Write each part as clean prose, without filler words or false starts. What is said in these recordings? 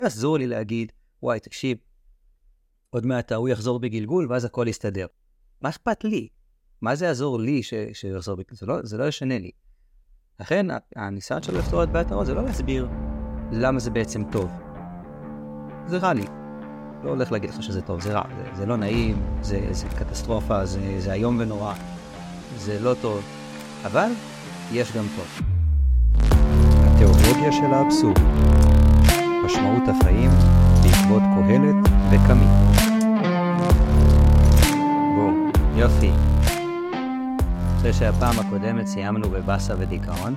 אסור לי להגיד, וואי, תקשיב, עוד מעט הוא יחזור בגלגול, ואז הכל יסתדר. מה אכפת לי? מה זה יעזור לי שיחזור בגלגול? זה לא ישנה לי. לכן, הניסיון שלו לפתור את בעיית הרעות, זה לא להסביר למה זה בעצם טוב. זה רע לי. לא הולך להגיד לך שזה טוב, זה רע. זה לא נעים, זה קטסטרופה, זה איום ונורא. זה לא טוב. אבל יש גם טוב. התיאולוגיה של האבסורד. משמעות החיים בעקבות קהלת וקאמי. בואו, יופי. אחרי שהפעם הקודמת סיימנו בבאסה ודיכאון,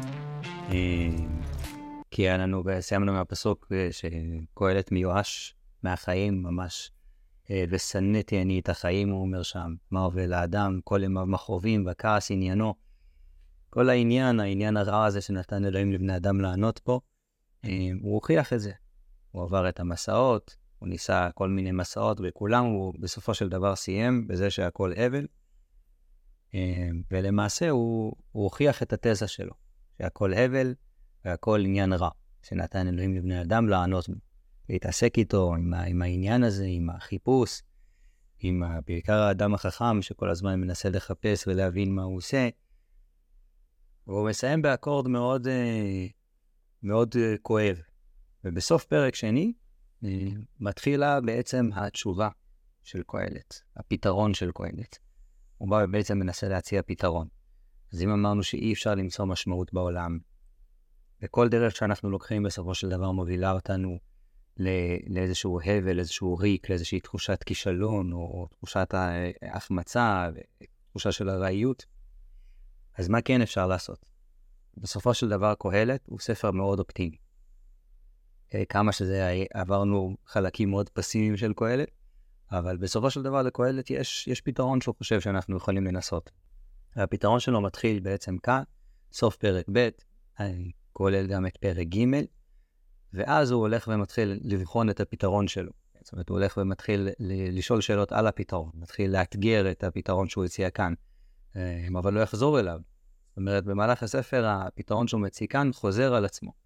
כי סיימנו מהפסוק שקהלת מיואש מהחיים ממש, ושנאתי אני את החיים, הוא אומר שם, מה עובר לאדם, כל ימיו מכרובים והכעס עניינו. כל העניין הרע הזה שנתן אלוהים לבני אדם לענות פה, הוא הוכיח את זה. הוא עבר את המסעות, הוא ניסה כל מיני מסעות, וכולם הוא בסופו של דבר סיים בזה שהכל אבל, ולמעשה הוא הוכיח את התזה שלו, שהכל אבל והכל עניין רע, שנתן אלוהים לבני אדם לענות בו, להתעסק איתו עם העניין הזה, עם החיפוש, בעיקר האדם החכם שכל הזמן מנסה לחפש ולהבין מה הוא עושה, והוא מסיים באקורד מאוד, מאוד כואב. ובסוף פרק שני, מתחילה בעצם התשובה של קהלת, הפתרון של קהלת. הוא בא ובעצם מנסה להציע פתרון. אז אם אמרנו שאי אפשר למצוא משמעות בעולם, וכל דרך שאנחנו לוקחים בסופו של דבר מובילה אותנו לאיזשהו הבל, איזשהו ריק, לאיזושהי תחושת כישלון, או תחושת ההחמצה, תחושה של הרעיות, אז מה כן אפשר לעשות? בסופו של דבר קהלת הוא ספר מאוד אופטימי. כמה שזה עברנו חלקים מאוד פסימיים של קהלת, אבל בסופו של דבר לקהלת יש פתרון שהוא חושב שאנחנו יכולים לנסות. הפתרון שלו מתחיל בעצם כאן, סוף פרק ב', כולל גם את פרק ג', ואז הוא הולך ומתחיל לבחון את הפתרון שלו. זאת אומרת, הוא הולך ומתחיל לשאול שאלות על הפתרון, מתחיל לאתגר את הפתרון שהוא הציע כאן, אבל לא יחזור אליו. זאת אומרת, במהלך הספר, הפתרון שהוא מציע כאן חוזר על עצמו.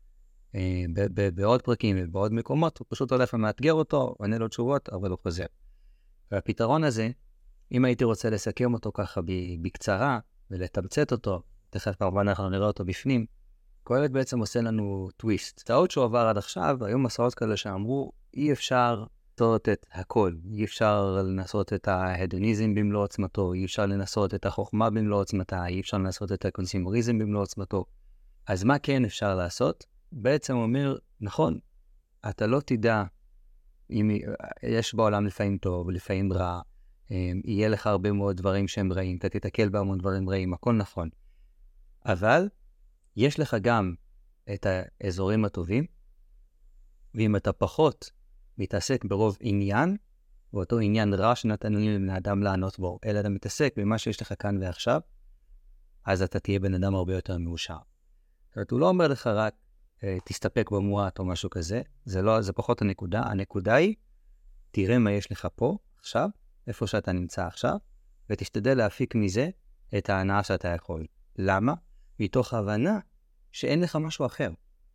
בעוד פרקים ובעוד מקומות, הוא פשוט הולך ומאתגר אותו, עונה לו תשובות, אבל הוא חוזר. והפתרון הזה, אם הייתי רוצה לסכם אותו ככה בקצרה, ולתמצת אותו, תכף כמובן אנחנו נראה אותו בפנים, קהלת בעצם עושה לנו טוויסט. טעות שהוא עבר עד עכשיו, היו מסעות כאלה שאמרו, אי אפשר לנסות את הכל, אי אפשר לנסות את ההדוניזם במלוא עוצמתו, אי אפשר לנסות את החוכמה במלוא עוצמתה, אי אפשר לנסות את הקונסימוריזם במלוא עוצמתו. אז מה כן אפשר לעשות? בעצם הוא אומר, נכון, אתה לא תדע אם יש בעולם לפעמים טוב ולפעמים רע, יהיה לך הרבה מאוד דברים שהם רעים, אתה תתקל בהמון דברים רעים, הכל נכון. אבל יש לך גם את האזורים הטובים, ואם אתה פחות מתעסק ברוב עניין, ואותו עניין רע שנתנו לבני אדם לענות בו, אלא אתה מתעסק במה שיש לך כאן ועכשיו, אז אתה תהיה בן אדם הרבה יותר מאושר. זאת אומרת, הוא לא אומר לך רק, תסתפק במועט או משהו כזה, זה פחות הנקודה. הנקודה היא, תראה מה יש לך פה, עכשיו, איפה שאתה נמצא עכשיו, ותשתדל להפיק מזה את ההנאה שאתה יכול. למה? מתוך ההבנה שאין לך משהו אחר.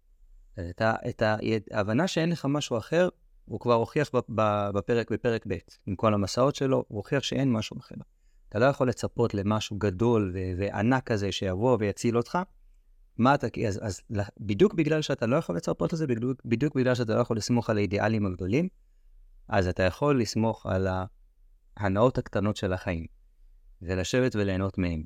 את ההבנה שאין לך משהו אחר, הוא כבר הוכיח בפרק ב', עם כל המסעות שלו, הוא הוכיח שאין משהו אחר. אתה לא יכול לצפות למשהו גדול וענק כזה שיבוא ויציל אותך, אז בדיוק בגלל שאתה לא יכול לצפות לזה, בדיוק בגלל שאתה לא יכול לסמוך על האידיאלים הגדולים, אז אתה יכול לסמוך על ההנאות הקטנות של החיים, ולשבת וליהנות מהם.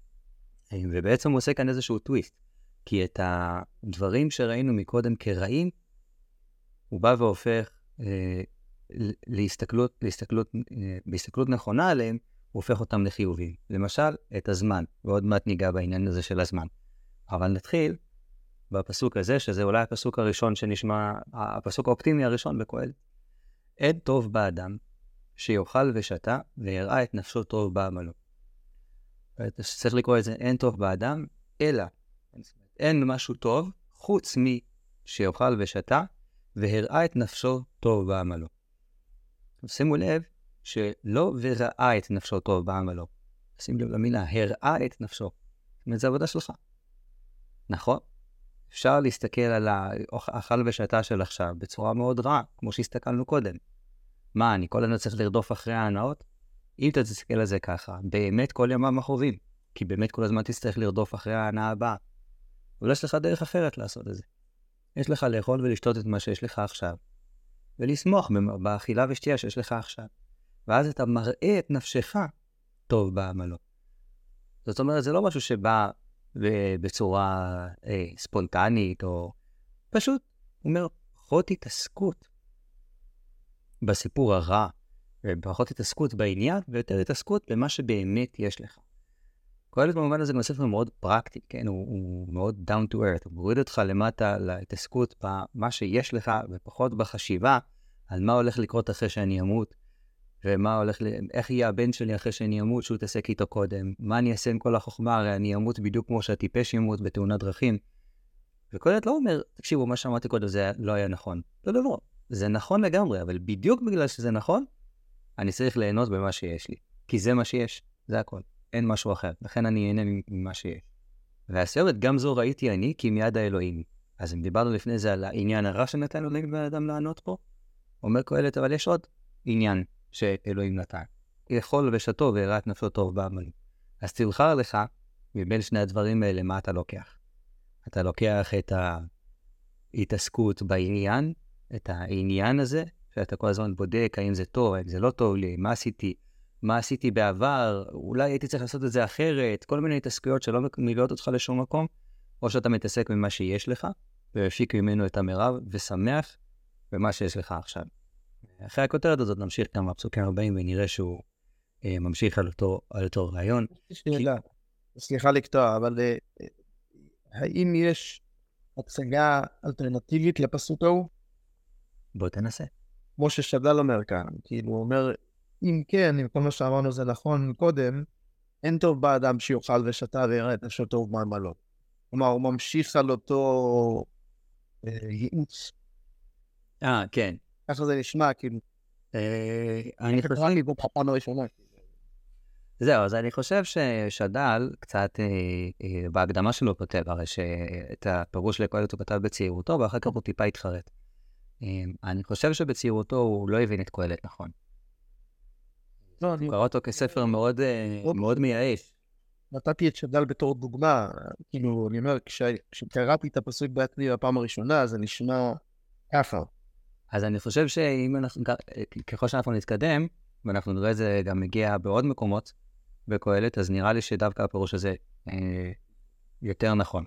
ובעצם הוא עושה כאן איזשהו טוויסט, כי את הדברים שראינו מקודם כרעים, הוא בא והופך בהסתכלות נכונה עליהם, הוא הופך אותם לחיובים. למשל, את הזמן, ועוד מעט ניגע בעניין הזה של הזמן. אבל נתחיל בפסוק הזה, שזה אולי הפסוק הראשון שנשמע, הפסוק האופטימי הראשון בקהלת. אין טוב באדם שיאכל ושתה ויראה את נפשו טוב בעמלו. צריך לקרוא את זה, אין טוב באדם, אלא אין משהו טוב חוץ שיאכל ושתה והראה את נפשו טוב בעמלו. שימו לב שלא וראה את נפשו טוב בעמלו. שימו לב למילה, הראה את נפשו. זאת אומרת, זה עבודה שלך. נכון? אפשר להסתכל על האכל ושתה של עכשיו בצורה מאוד רעה, כמו שהסתכלנו קודם. מה, אני כל הזמן צריך לרדוף אחרי ההנאות? אם אתה תסתכל על זה ככה, באמת כל ימם החובים, כי באמת כל הזמן תצטרך לרדוף אחרי ההנאה הבאה. אבל יש לך דרך אחרת לעשות את זה. יש לך לאכול ולשתות את מה שיש לך עכשיו, ולשמוח באכילה ושתייה שיש לך עכשיו. ואז אתה מראה את נפשך טוב בעמלו. זאת אומרת, זה לא משהו שבא בצורה ספונטנית, או פשוט, הוא אומר, פחות התעסקות בסיפור הרע, ופחות התעסקות בעניין, ויותר התעסקות במה שבאמת יש לך. קהלת במובן הזה גם ספר מאוד פרקטי, כן? הוא מאוד down to earth, הוא מוריד אותך למטה להתעסקות במה שיש לך, ופחות בחשיבה על מה הולך לקרות אחרי שאני אמות, איך יהיה הבן שלי אחרי שאני אמות, שהוא תעסק איתו קודם, מה אני אעשה עם כל החוכמה, הרי אני אמות בדיוק כמו שהטיפש ימות בתאונת דרכים. וקהלת לא אומר, תקשיבו, מה שאמרתי קודם זה לא היה נכון. לא, זה נכון לגמרי, אבל בדיוק בגלל שזה נכון, אני צריך ליהנות במה שיש לי. כי זה מה שיש, זה הכל. אין משהו אחר, לכן אני אהנה ממה שיש. והסרט, גם זו ראיתי אני, כי מיד האלוהים. אז אם דיברנו לפני זה על העניין הרע שנתן אלוהים לאדם לענות פה, אומר קהלת, אבל יש עוד עניין שאלוהים נתן. לאכול ושתו והראה את נפשו טוב בעמלו. אז תבחר לך, מבין שני הדברים האלה, מה אתה לוקח? אתה לוקח את ההתעסקות בעניין, את העניין הזה, שאתה כל הזמן בודק האם זה טוב, האם זה לא טוב לי, מה עשיתי בעבר, אולי הייתי צריך לעשות את זה אחרת, כל מיני התעסקויות שלא מביאות אותך לשום מקום, או שאתה מתעסק במה שיש לך, ומפיק ממנו את המרב, ושמח במה שיש לך עכשיו. אחרי הכותרת הזאת נמשיך כמה פסוקים הבאים, ונראה שהוא ממשיך על אותו רעיון. שאלה, סליחה לקטוע, אבל האם יש הצגה אלטרנטיבית לפסוק ההוא? בוא תנסה. כמו ששדל אומר כאן, כאילו הוא אומר, אם כן, אם כל מה שאמרנו זה נכון קודם, אין טוב באדם שיאכל ושתה ויראה את נפשו טוב בעמלו. כלומר, הוא ממשיך על אותו ייעוץ. כן. ככה זה נשמע, כאילו. אני חושב... לי בו פעם הראשונה. זהו, אז אני חושב ששדל קצת בהקדמה שלו כותב, הרי שאת הפירוש לקהלת הוא כתב בצעירותו, ואחר כך הוא טיפה התחרט. אני חושב שבצעירותו הוא לא הבין את קהלת נכון. הוא קרא אותו כספר מאוד מייאש. נתתי את שדל בתור דוגמה, כאילו, אני אומר, כשקראתי את הפסוק בעצמי בפעם הראשונה, זה נשמע ככה. אז אני חושב ככל שאנחנו נתקדם, ואנחנו נראה את זה גם מגיע בעוד מקומות בקהלת, אז נראה לי שדווקא הפירוש הזה יותר נכון.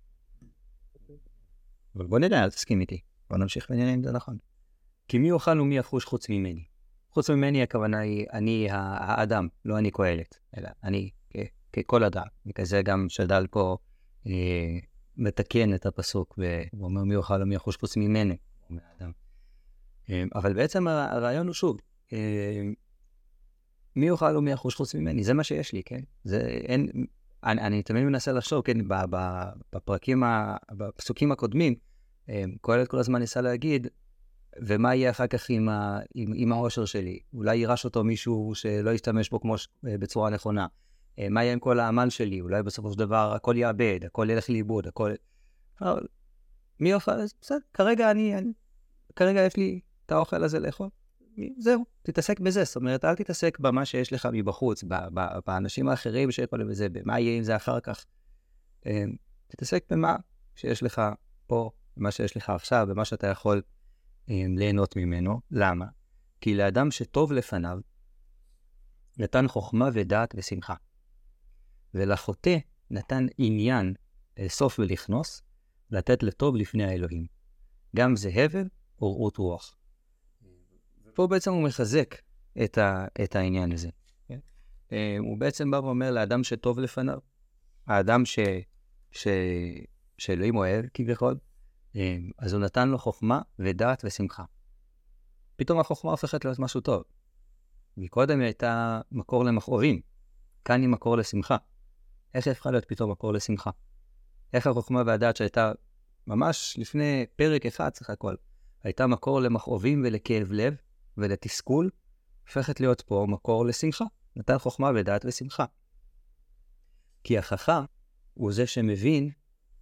אבל בוא נראה, אל תסכים איתי. בוא נמשיך ונראה אם זה נכון. כי מי יאכל ומי יחוש חוץ ממני? חוץ ממני הכוונה היא, אני האדם, לא אני קהלת, אלא אני ככל אדם. וכזה גם שדל פה מתקן את הפסוק, ואומר מי יאכל ומי יחוש חוץ ממני, מהאדם. אבל בעצם הרעיון הוא שוב, מי יאכל ומי יחוש חוץ ממני? זה מה שיש לי, כן? אני תמיד מנסה לחשוב, כן, בפסוקים הקודמים, קהלת כל הזמן ניסה להגיד, ומה יהיה אחר כך עם העושר שלי? אולי יירש אותו מישהו שלא ישתמש בו בצורה נכונה. מה יהיה עם כל העמל שלי? אולי בסופו של דבר הכל יאבד, הכל ילך לאיבוד, הכל... מי יאכל? בסדר, כרגע יש לי את האוכל הזה לאכול. זהו, תתעסק בזה. זאת אומרת, אל תתעסק במה שיש לך מבחוץ, באנשים האחרים שיכולים בזה, במה יהיה עם זה אחר כך. תתעסק במה שיש לך פה, במה שיש לך עכשיו, במה שאתה יכול ליהנות ממנו. למה? כי לאדם שטוב לפניו, נתן חוכמה ודעת ושמחה. ולחוטא נתן עניין לאסוף ולכנוס, לתת לטוב לפני האלוהים. גם זה הבל ורעות רוח. פה בעצם הוא מחזק את העניין הזה. הוא בעצם בא ואומר לאדם שטוב לפניו, האדם שאלוהים אוהב כביכול, אז הוא נתן לו חוכמה ודעת ושמחה. פתאום החוכמה הופכת להיות משהו טוב. מקודם היא הייתה מקור למכאובים, כאן היא מקור לשמחה. איך היא הפכה להיות פתאום מקור לשמחה? איך החוכמה והדעת שהייתה ממש לפני פרק אחד סך הכל, הייתה מקור למכאובים ולכאב לב ולתסכול, הופכת להיות פה מקור לשמחה. נתן חוכמה ודעת ושמחה. כי החכם הוא זה שמבין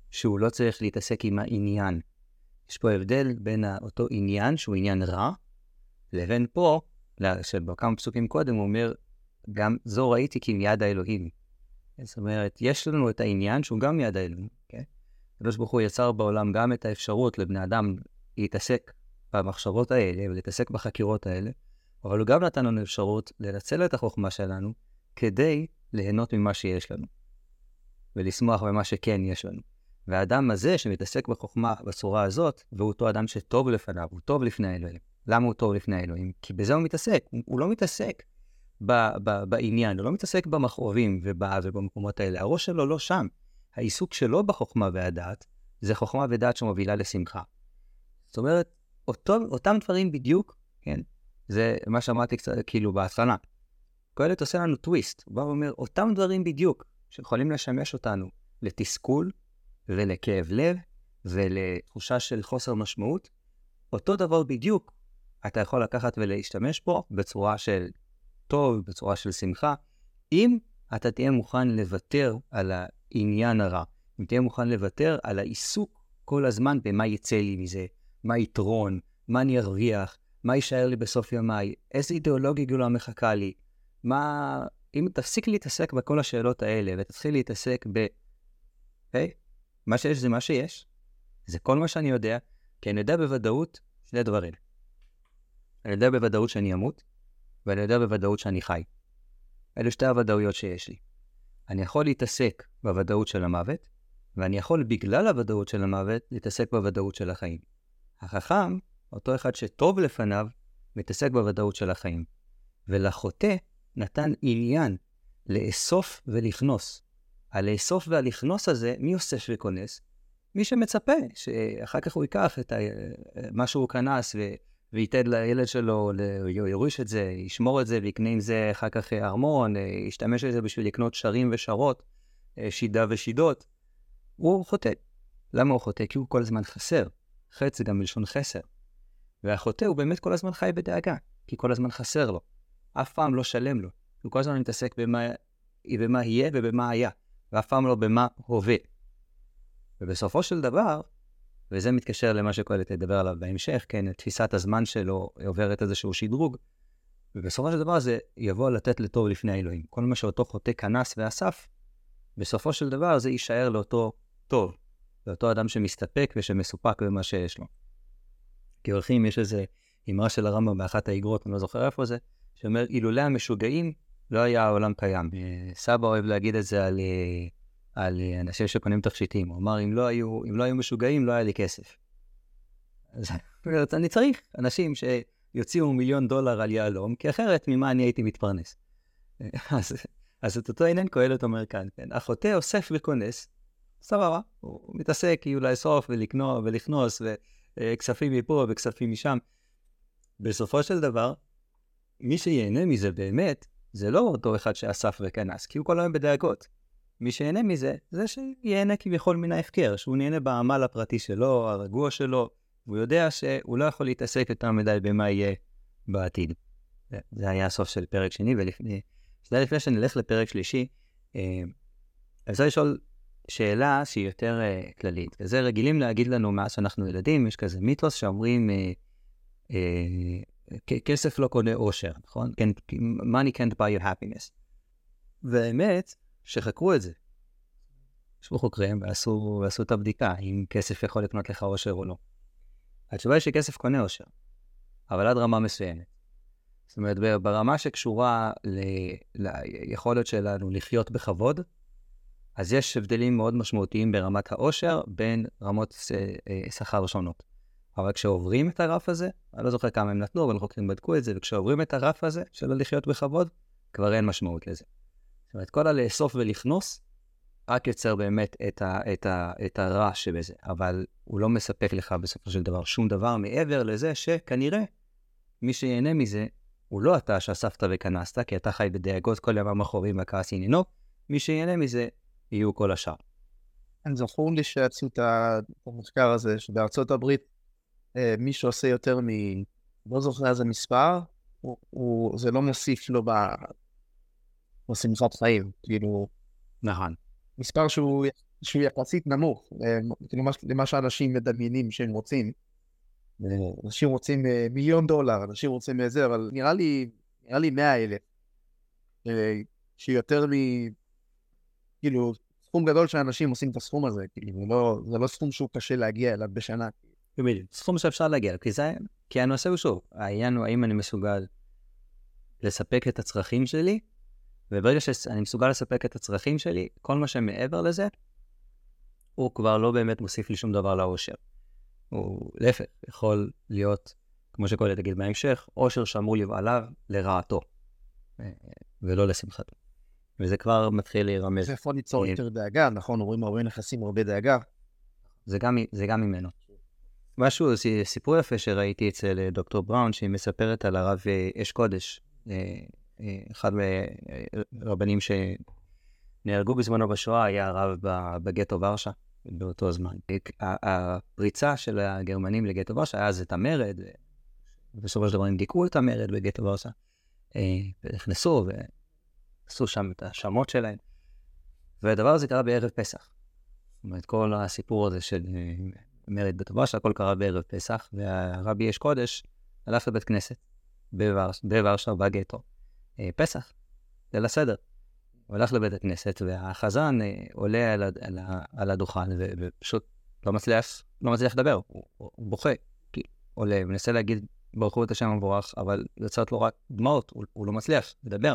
שהוא לא צריך להתעסק עם העניין. יש פה הבדל בין אותו עניין, שהוא עניין רע, לבין פה, שבכמה פסוקים קודם הוא אומר, גם זו ראיתי כי מיד האלוהים. זאת אומרת, יש לנו את העניין שהוא גם מיד האלוהים, כן? הקדוש ברוך הוא יצר בעולם גם את האפשרות לבני אדם להתעסק במחשבות האלה ולהתעסק בחקירות האלה, אבל הוא גם נתן לנו אפשרות לנצל את החוכמה שלנו כדי ליהנות ממה שיש לנו, ולשמוח במה שכן יש לנו. והאדם הזה שמתעסק בחוכמה בצורה הזאת, והוא אותו אדם שטוב לפניו, הוא טוב לפני האלוהים. למה הוא טוב לפני האלוהים? כי בזה הוא מתעסק. הוא לא מתעסק בעניין, הוא לא מתעסק במכאובים ובמקומות האלה. הראש שלו לא שם. העיסוק שלו בחוכמה והדעת, זה חוכמה ודעת שמובילה לשמחה. זאת אומרת, אותם דברים בדיוק, כן? זה מה שאמרתי קצת, כאילו בהתחלה. קהלת עושה לנו טוויסט. הוא בא ואומר, אותם דברים בדיוק, שיכולים לשמש אותנו לתסכול, ולכאב לב, ולתחושה של חוסר משמעות, אותו דבר בדיוק אתה יכול לקחת ולהשתמש בו בצורה של טוב, בצורה של שמחה, אם אתה תהיה מוכן לוותר על העניין הרע, אם תהיה מוכן לוותר על העיסוק כל הזמן במה יצא לי מזה, מה יתרון, מה אני ארוויח, מה יישאר לי בסוף ימיי, איזה אידיאולוגיה גדולה מחכה לי, אם תפסיק להתעסק בכל השאלות האלה, ותתחיל להתעסק מה שיש זה מה שיש. זה כל מה שאני יודע, כי אני יודע בוודאות שני דברים. אני יודע בוודאות שאני אמות, ואני יודע בוודאות שאני חי. אלה שתי הוודאויות שיש לי. אני יכול להתעסק בוודאות של המוות, ואני יכול בגלל הוודאות של המוות להתעסק בוודאות של החיים. החכם, אותו אחד שטוב לפניו, מתעסק בוודאות של החיים. ולחוטא נתן עניין לאסוף ולכנוס. הלאסוף והלכנוס הזה, מי אוסף וכונס? מי שמצפה, שאחר כך הוא ייקח את מה שהוא כנס וייתן לילד שלו, יוריש את זה, ישמור את זה ויקנה עם זה אחר כך ארמון, ישתמש את זה בשביל לקנות שרים ושרות, שידה ושידות. הוא חוטא. למה הוא חוטא? כי הוא כל הזמן חסר. חטא זה גם מלשון חסר. והחוטא הוא באמת כל הזמן חי בדאגה, כי כל הזמן חסר לו. אף פעם לא שלם לו. הוא כל הזמן מתעסק במה יהיה ובמה היה. ואף פעם לא במה הווה. ובסופו של דבר, וזה מתקשר למה שקהלת לדבר עליו בהמשך, כן, תפיסת הזמן שלו עוברת איזשהו שדרוג, ובסופו של דבר זה יבוא לתת לטוב לפני האלוהים. כל מה שאותו חוטא כנס ואסף, בסופו של דבר זה יישאר לאותו טוב, לאותו אדם שמסתפק ושמסופק במה שיש לו. כי הולכים, יש איזו אמרה של הרמב"ם באחת האגרות, אני לא זוכר איפה זה, שאומר, אילולא המשוגעים, לא היה העולם קיים. סבא אוהב להגיד את זה על אנשים שקונים תכשיטים. הוא אמר, אם לא היו משוגעים, לא היה לי כסף. אז אני צריך אנשים שיוציאו $1,000,000 על יהלום, כי אחרת ממה אני הייתי מתפרנס. אז את אותו עניין קהלת אומר כאן, כן? החוטא אוסף וכונס, סבבה, הוא מתעסק כאילו לאסוף ולקנות ולכנוס, וכספים מפה וכספים משם. בסופו של דבר, מי שיהנה מזה באמת, זה לא אותו אחד שאסף וכנס, כי הוא כל היום בדאגות. מי שיהנה מזה, זה שיהנה כביכול מן ההפקר, שהוא נהנה בעמל הפרטי שלו, הרגוע שלו, והוא יודע שהוא לא יכול להתעסק יותר מדי במה יהיה בעתיד. זה היה הסוף של פרק שני, לפני שנלך לפרק שלישי, אני רוצה לשאול שאלה שהיא יותר כללית. וזה רגילים להגיד לנו מאז שאנחנו ילדים, יש כזה מיתוס שאומרים, כסף לא קונה אושר, נכון? Money can't buy you happiness. והאמת, שחקרו את זה. ישבו חוקרים ועשו את הבדיקה, אם כסף יכול לקנות לך אושר או לא. התשובה היא שכסף קונה אושר, אבל עד רמה מסוימת. זאת אומרת, ברמה שקשורה ליכולת שלנו לחיות בכבוד, אז יש הבדלים מאוד משמעותיים ברמת האושר בין רמות שכר שונות. אבל כשעוברים את הרף הזה, אני לא זוכר כמה הם נתנו, אבל חוקרים בדקו את זה, וכשעוברים את הרף הזה של לחיות בכבוד, כבר אין משמעות לזה. זאת אומרת, כל הלאסוף ולכנוס, רק יוצר באמת את הרע שבזה, אבל הוא לא מספק לך בסופו של דבר שום דבר מעבר לזה שכנראה מי שיהנה מזה, הוא לא אתה שאספת וכנסת, כי אתה חי בדאגות כל ימם אחורים והכעס עניינו, מי שיהנה מזה יהיו כל השאר. אני זכור לי שעשו את המחקר הזה, שבארצות הברית מי שעושה יותר לא זוכר איזה מספר, זה לא מוסיף לו בשמחת חיים, כאילו, נכון. מספר שהוא שהוא יחסית נמוך, כאילו למה שאנשים מדמיינים שהם רוצים. אנשים רוצים $1,000,000, אנשים רוצים זה, אבל נראה לי 100,000. שיותר כאילו, סכום גדול שאנשים עושים את הסכום הזה, כאילו, זה לא סכום שהוא קשה להגיע אליו בשנה. סכום שאפשר להגיע, כי הנושא הוא שוב, העניין הוא האם אני מסוגל לספק את הצרכים שלי, וברגע שאני מסוגל לספק את הצרכים שלי, כל מה שמעבר לזה, הוא כבר לא באמת מוסיף לי שום דבר לאושר. הוא להפך, יכול להיות, כמו שקודם תגיד בהמשך, אושר שאמור לבעליו לרעתו, ולא לשמחתו. וזה כבר מתחיל להירמז. זה יכול ליצור יותר דאגה, נכון? אומרים הרבה נכסים, הרבה דאגה. זה גם ממנו. משהו, סיפור יפה שראיתי אצל דוקטור בראון, שהיא מספרת על הרב אש קודש, אחד מהרבנים שנהרגו בזמנו בשואה, היה הרב בגטו ורשה, באותו זמן. הפריצה של הגרמנים לגטו ורשה היה אז את המרד, ובסופו של דבר הם דיכאו את המרד בגטו ורשה, ונכנסו ועשו שם את השמות שלהם, והדבר הזה קרה בערב פסח. זאת אומרת, כל הסיפור הזה של מרד גטו ורשה, הכל קרה בערב פסח, והרבי אש קודש הלך לבית כנסת בוורשה, בגטו, פסח, ליל הסדר. הוא הלך לבית הכנסת, והחזן עולה על הדוכן, ופשוט לא מצליח לדבר, הוא בוכה, עולה, מנסה להגיד ברכו את השם המבורך, אבל יוצאות לו רק דמעות, הוא לא מצליח לדבר.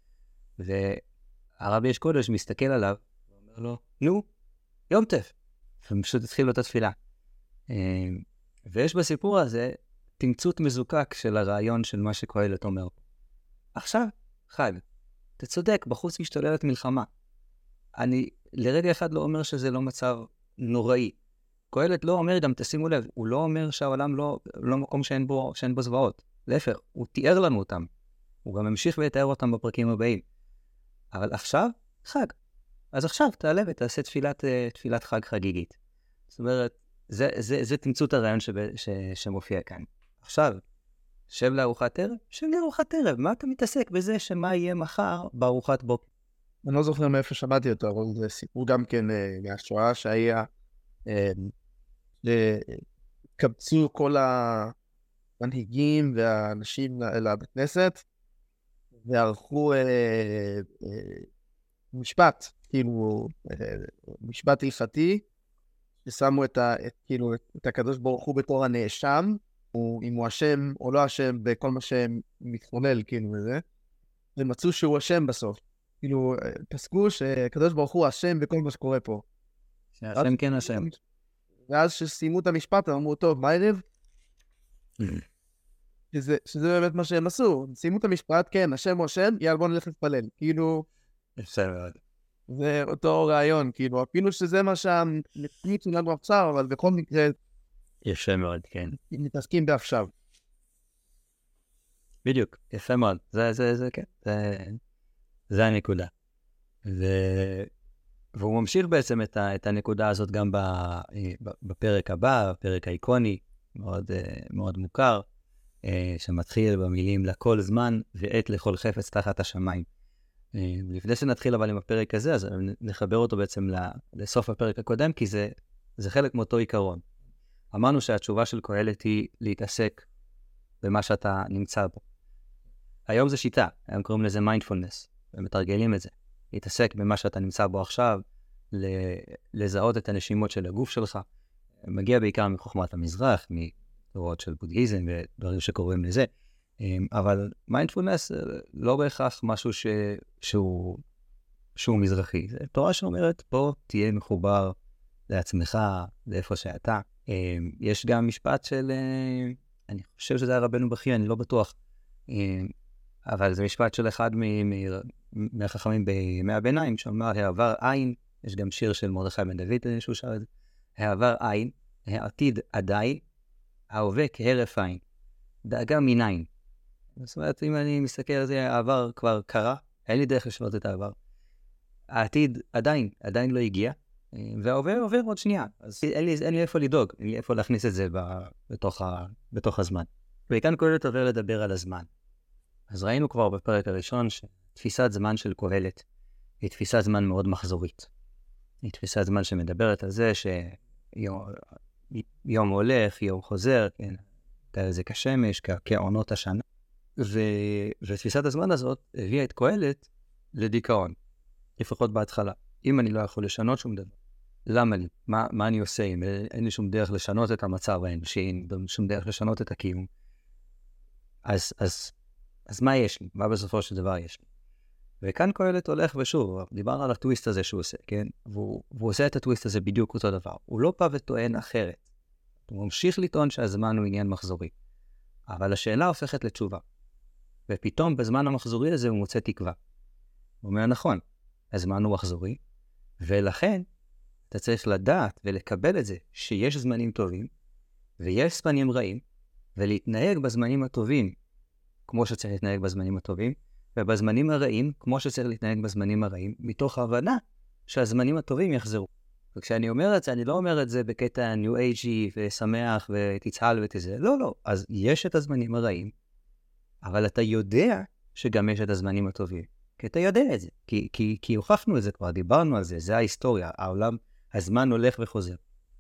והרבי אש קודש מסתכל עליו, ואומר לו, נו, יום טף. ופשוט התחיל לו את התפילה. ויש בסיפור הזה תמצות מזוקק של הרעיון של מה שקהלת אומר. עכשיו, חג, אתה צודק, בחוץ משתוללת מלחמה. אני לרגע אחד לא אומר שזה לא מצב נוראי. קהלת לא אומר, גם תשימו לב, הוא לא אומר שהעולם לא מקום שאין בו זוועות. להפך, הוא תיאר לנו אותם. הוא גם המשיך ויתאר אותם בפרקים הבאים. אבל עכשיו, חג. אז עכשיו תעלה ותעשה תפילת חג חגיגית. זאת אומרת, זה תמצות הרעיון שמופיע כאן. עכשיו, שב לארוחת ערב? שב לארוחת ערב. מה אתה מתעסק בזה שמה יהיה מחר בארוחת בוקר? אני לא זוכר מאיפה שמעתי אותו, אבל זה סיפור גם כן מהשואה שהיה, קבצו כל המנהיגים והאנשים לבית כנסת, וערכו משפט, כאילו, משפט הלכתי, ששמו את הקדוש ברוך הוא בתור הנאשם, אם הוא אשם או לא אשם בכל מה שמתחולל, כאילו, וזה, ומצאו שהוא אשם בסוף. כאילו, פסקו שקדוש ברוך הוא אשם בכל מה שקורה פה. שהשם כן אשם. ואז שסיימו את המשפט, הם אמרו, טוב, מה ערב? שזה באמת מה שהם עשו. סיימו את המשפט, כן, השם הוא אשם, יאללה, בוא נלך להתפלל. כאילו, זה אותו רעיון, כאילו, אפילו שזה מה שהמציאות שלנו עכשיו, אבל בכל מקרה, יפה מאוד, כן. מתעסקים בעכשיו. בדיוק, יפה מאוד. זה, כן. זה הנקודה. והוא ממשיך בעצם את הנקודה הזאת גם בפרק הבא, הפרק האיקוני, מאוד, מאוד מוכר, שמתחיל במילים לכל זמן ועת לכל חפץ תחת השמיים. לפני שנתחיל אבל עם הפרק הזה, אז נחבר אותו בעצם לסוף הפרק הקודם, כי זה חלק מאותו עיקרון. אמרנו שהתשובה של קהלת היא להתעסק במה שאתה נמצא בו. היום זה שיטה, היום קוראים לזה מיינדפולנס, ומתרגלים את זה. להתעסק במה שאתה נמצא בו עכשיו, לזהות את הנשימות של הגוף שלך. מגיע בעיקר מחוכמת המזרח, מתורות של בודהיזם ודברים שקוראים לזה. אבל מיינדפולנס לא בהכרח משהו שהוא מזרחי. זה תורה שאומרת, פה תהיה מחובר לעצמך, לאיפה שאתה. יש גם משפט של, אני חושב שזה היה רבנו בכי, אני לא בטוח, אבל זה משפט של אחד מהחכמים בימי הביניים, שאומר, העבר עין, יש גם שיר של מרדכי בן דוד, שהוא שר את זה, העבר עין, העתיד עדיין, ההווה כהרף עין, דאגה מנין. זאת אומרת, אם אני מסתכל על זה, העבר כבר קרה, אין לי דרך לשנות את העבר. העתיד עדיין לא הגיע, והעובר עובר עוד שנייה, אז אין לי איפה לדאוג, אין לי איפה להכניס את זה בתוך הזמן. וכאן קהלת עובר לדבר על הזמן. אז ראינו כבר בפרק הראשון שתפיסת זמן של קהלת היא תפיסת זמן מאוד מחזורית. היא תפיסת זמן שמדברת על זה שיום הולך, יום חוזר, כן, זה כשמש, כעונות השנה. ותפיסת הזמן הזאת הביאה את קהלת לדיכאון, לפחות בהתחלה. אם אני לא יכול לשנות שום דבר, למה לי? מה אני עושה אם אין לי שום דרך לשנות את המצב האנושי, אין שום דרך לשנות את הקיום? אז מה יש לי? מה בסופו של דבר יש לי? וכאן קהלת הולך ושוב, דיברנו על הטוויסט הזה שהוא עושה, כן? והוא עושה את הטוויסט הזה בדיוק אותו דבר. הוא לא בא וטוען אחרת. הוא ממשיך לטעון שהזמן הוא עניין מחזורי. אבל השאלה הופכת לתשובה. ופתאום בזמן המחזורי הזה הוא מוצא תקווה. הוא אומר, נכון, הזמן הוא מחזורי, ולכן אתה צריך לדעת ולקבל את זה שיש זמנים טובים, ויש זמנים רעים, ולהתנהג בזמנים הטובים כמו שצריך להתנהג בזמנים הטובים, ובזמנים הרעים כמו שצריך להתנהג בזמנים הרעים, מתוך ההבנה שהזמנים הטובים יחזרו. וכשאני אומר את זה, אני לא אומר את זה בקטע ניו אייג'י ושמח ותצהל ותזה. לא, לא. אז יש את הזמנים הרעים, אבל אתה יודע שגם יש את הזמנים הטובים. כי אתה יודע את זה. כי הוכחנו את זה כבר, דיברנו על זה, זה ההיסטוריה. העולם, הזמן הולך וחוזר.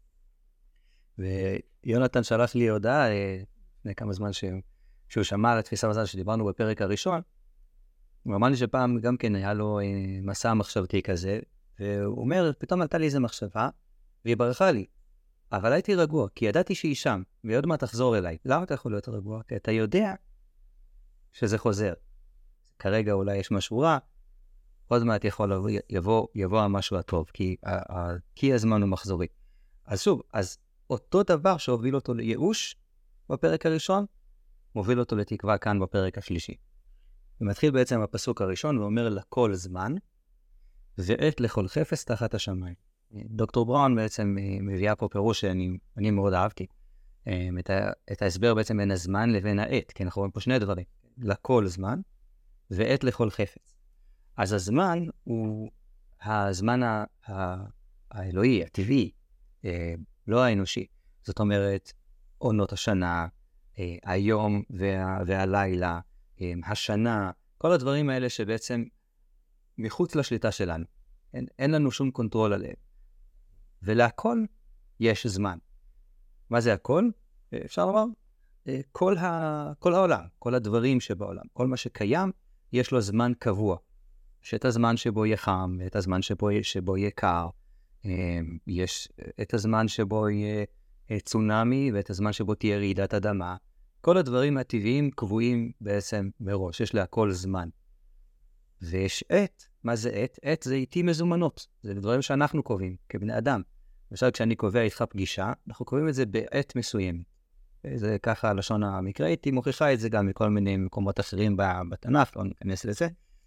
ויונתן שלח לי הודעה לפני כמה זמן שהוא שמע על התפיסה הזו שדיברנו בפרק הראשון. הוא אמר לי שפעם גם כן היה לו מסע מחשבתי כזה, והוא אומר, פתאום עלתה לי איזו מחשבה, והיא ברחה לי. אבל הייתי רגוע, כי ידעתי שהיא שם, ועוד מעט תחזור אליי. למה אתה יכול להיות רגוע? כי אתה יודע שזה חוזר. כרגע אולי יש משהו רע, עוד מעט יבוא המשהו הטוב, כי הזמן הוא מחזורי. אז שוב, אז אותו דבר שהוביל אותו לייאוש בפרק הראשון, מוביל אותו לתקווה כאן בפרק השלישי. ומתחיל בעצם הפסוק הראשון, ואומר לכל זמן, ועת לכל חפץ תחת השמיים. דוקטור בראון בעצם מביאה פה פירוש שאני מאוד אהבתי, את ההסבר בעצם בין הזמן לבין העת, כי אנחנו רואים פה שני דברים, לכל זמן, ועת לכל חפץ. אז הזמן הוא הזמן האלוהי, הטבעי, לא האנושי. זאת אומרת, עונות השנה, היום והלילה, השנה, כל הדברים האלה שבעצם מחוץ לשליטה שלנו. אין לנו שום קונטרול עליהם. ולהכל יש זמן. מה זה הכל? אפשר לומר? כל העולם, כל הדברים שבעולם, כל מה שקיים, יש לו זמן קבוע. יש את הזמן שבו יהיה חם, ואת הזמן שבו יהיה קר. יש את הזמן שבו יהיה צונמי, ואת הזמן שבו תהיה רעידת אדמה. כל הדברים הטבעיים קבועים בעצם מראש, יש להכל זמן. ויש עת, מה זה עת? עת זה עיתים מזומנות, זה דברים שאנחנו קובעים כבני אדם. למשל כשאני קובע איתך פגישה, אנחנו קובעים את זה בעת מסוימת. זה ככה הלשון המקראית, היא מוכיחה את זה גם מכל מיני מקומות אחרים בתנ"ך, לא ניכנס לזה.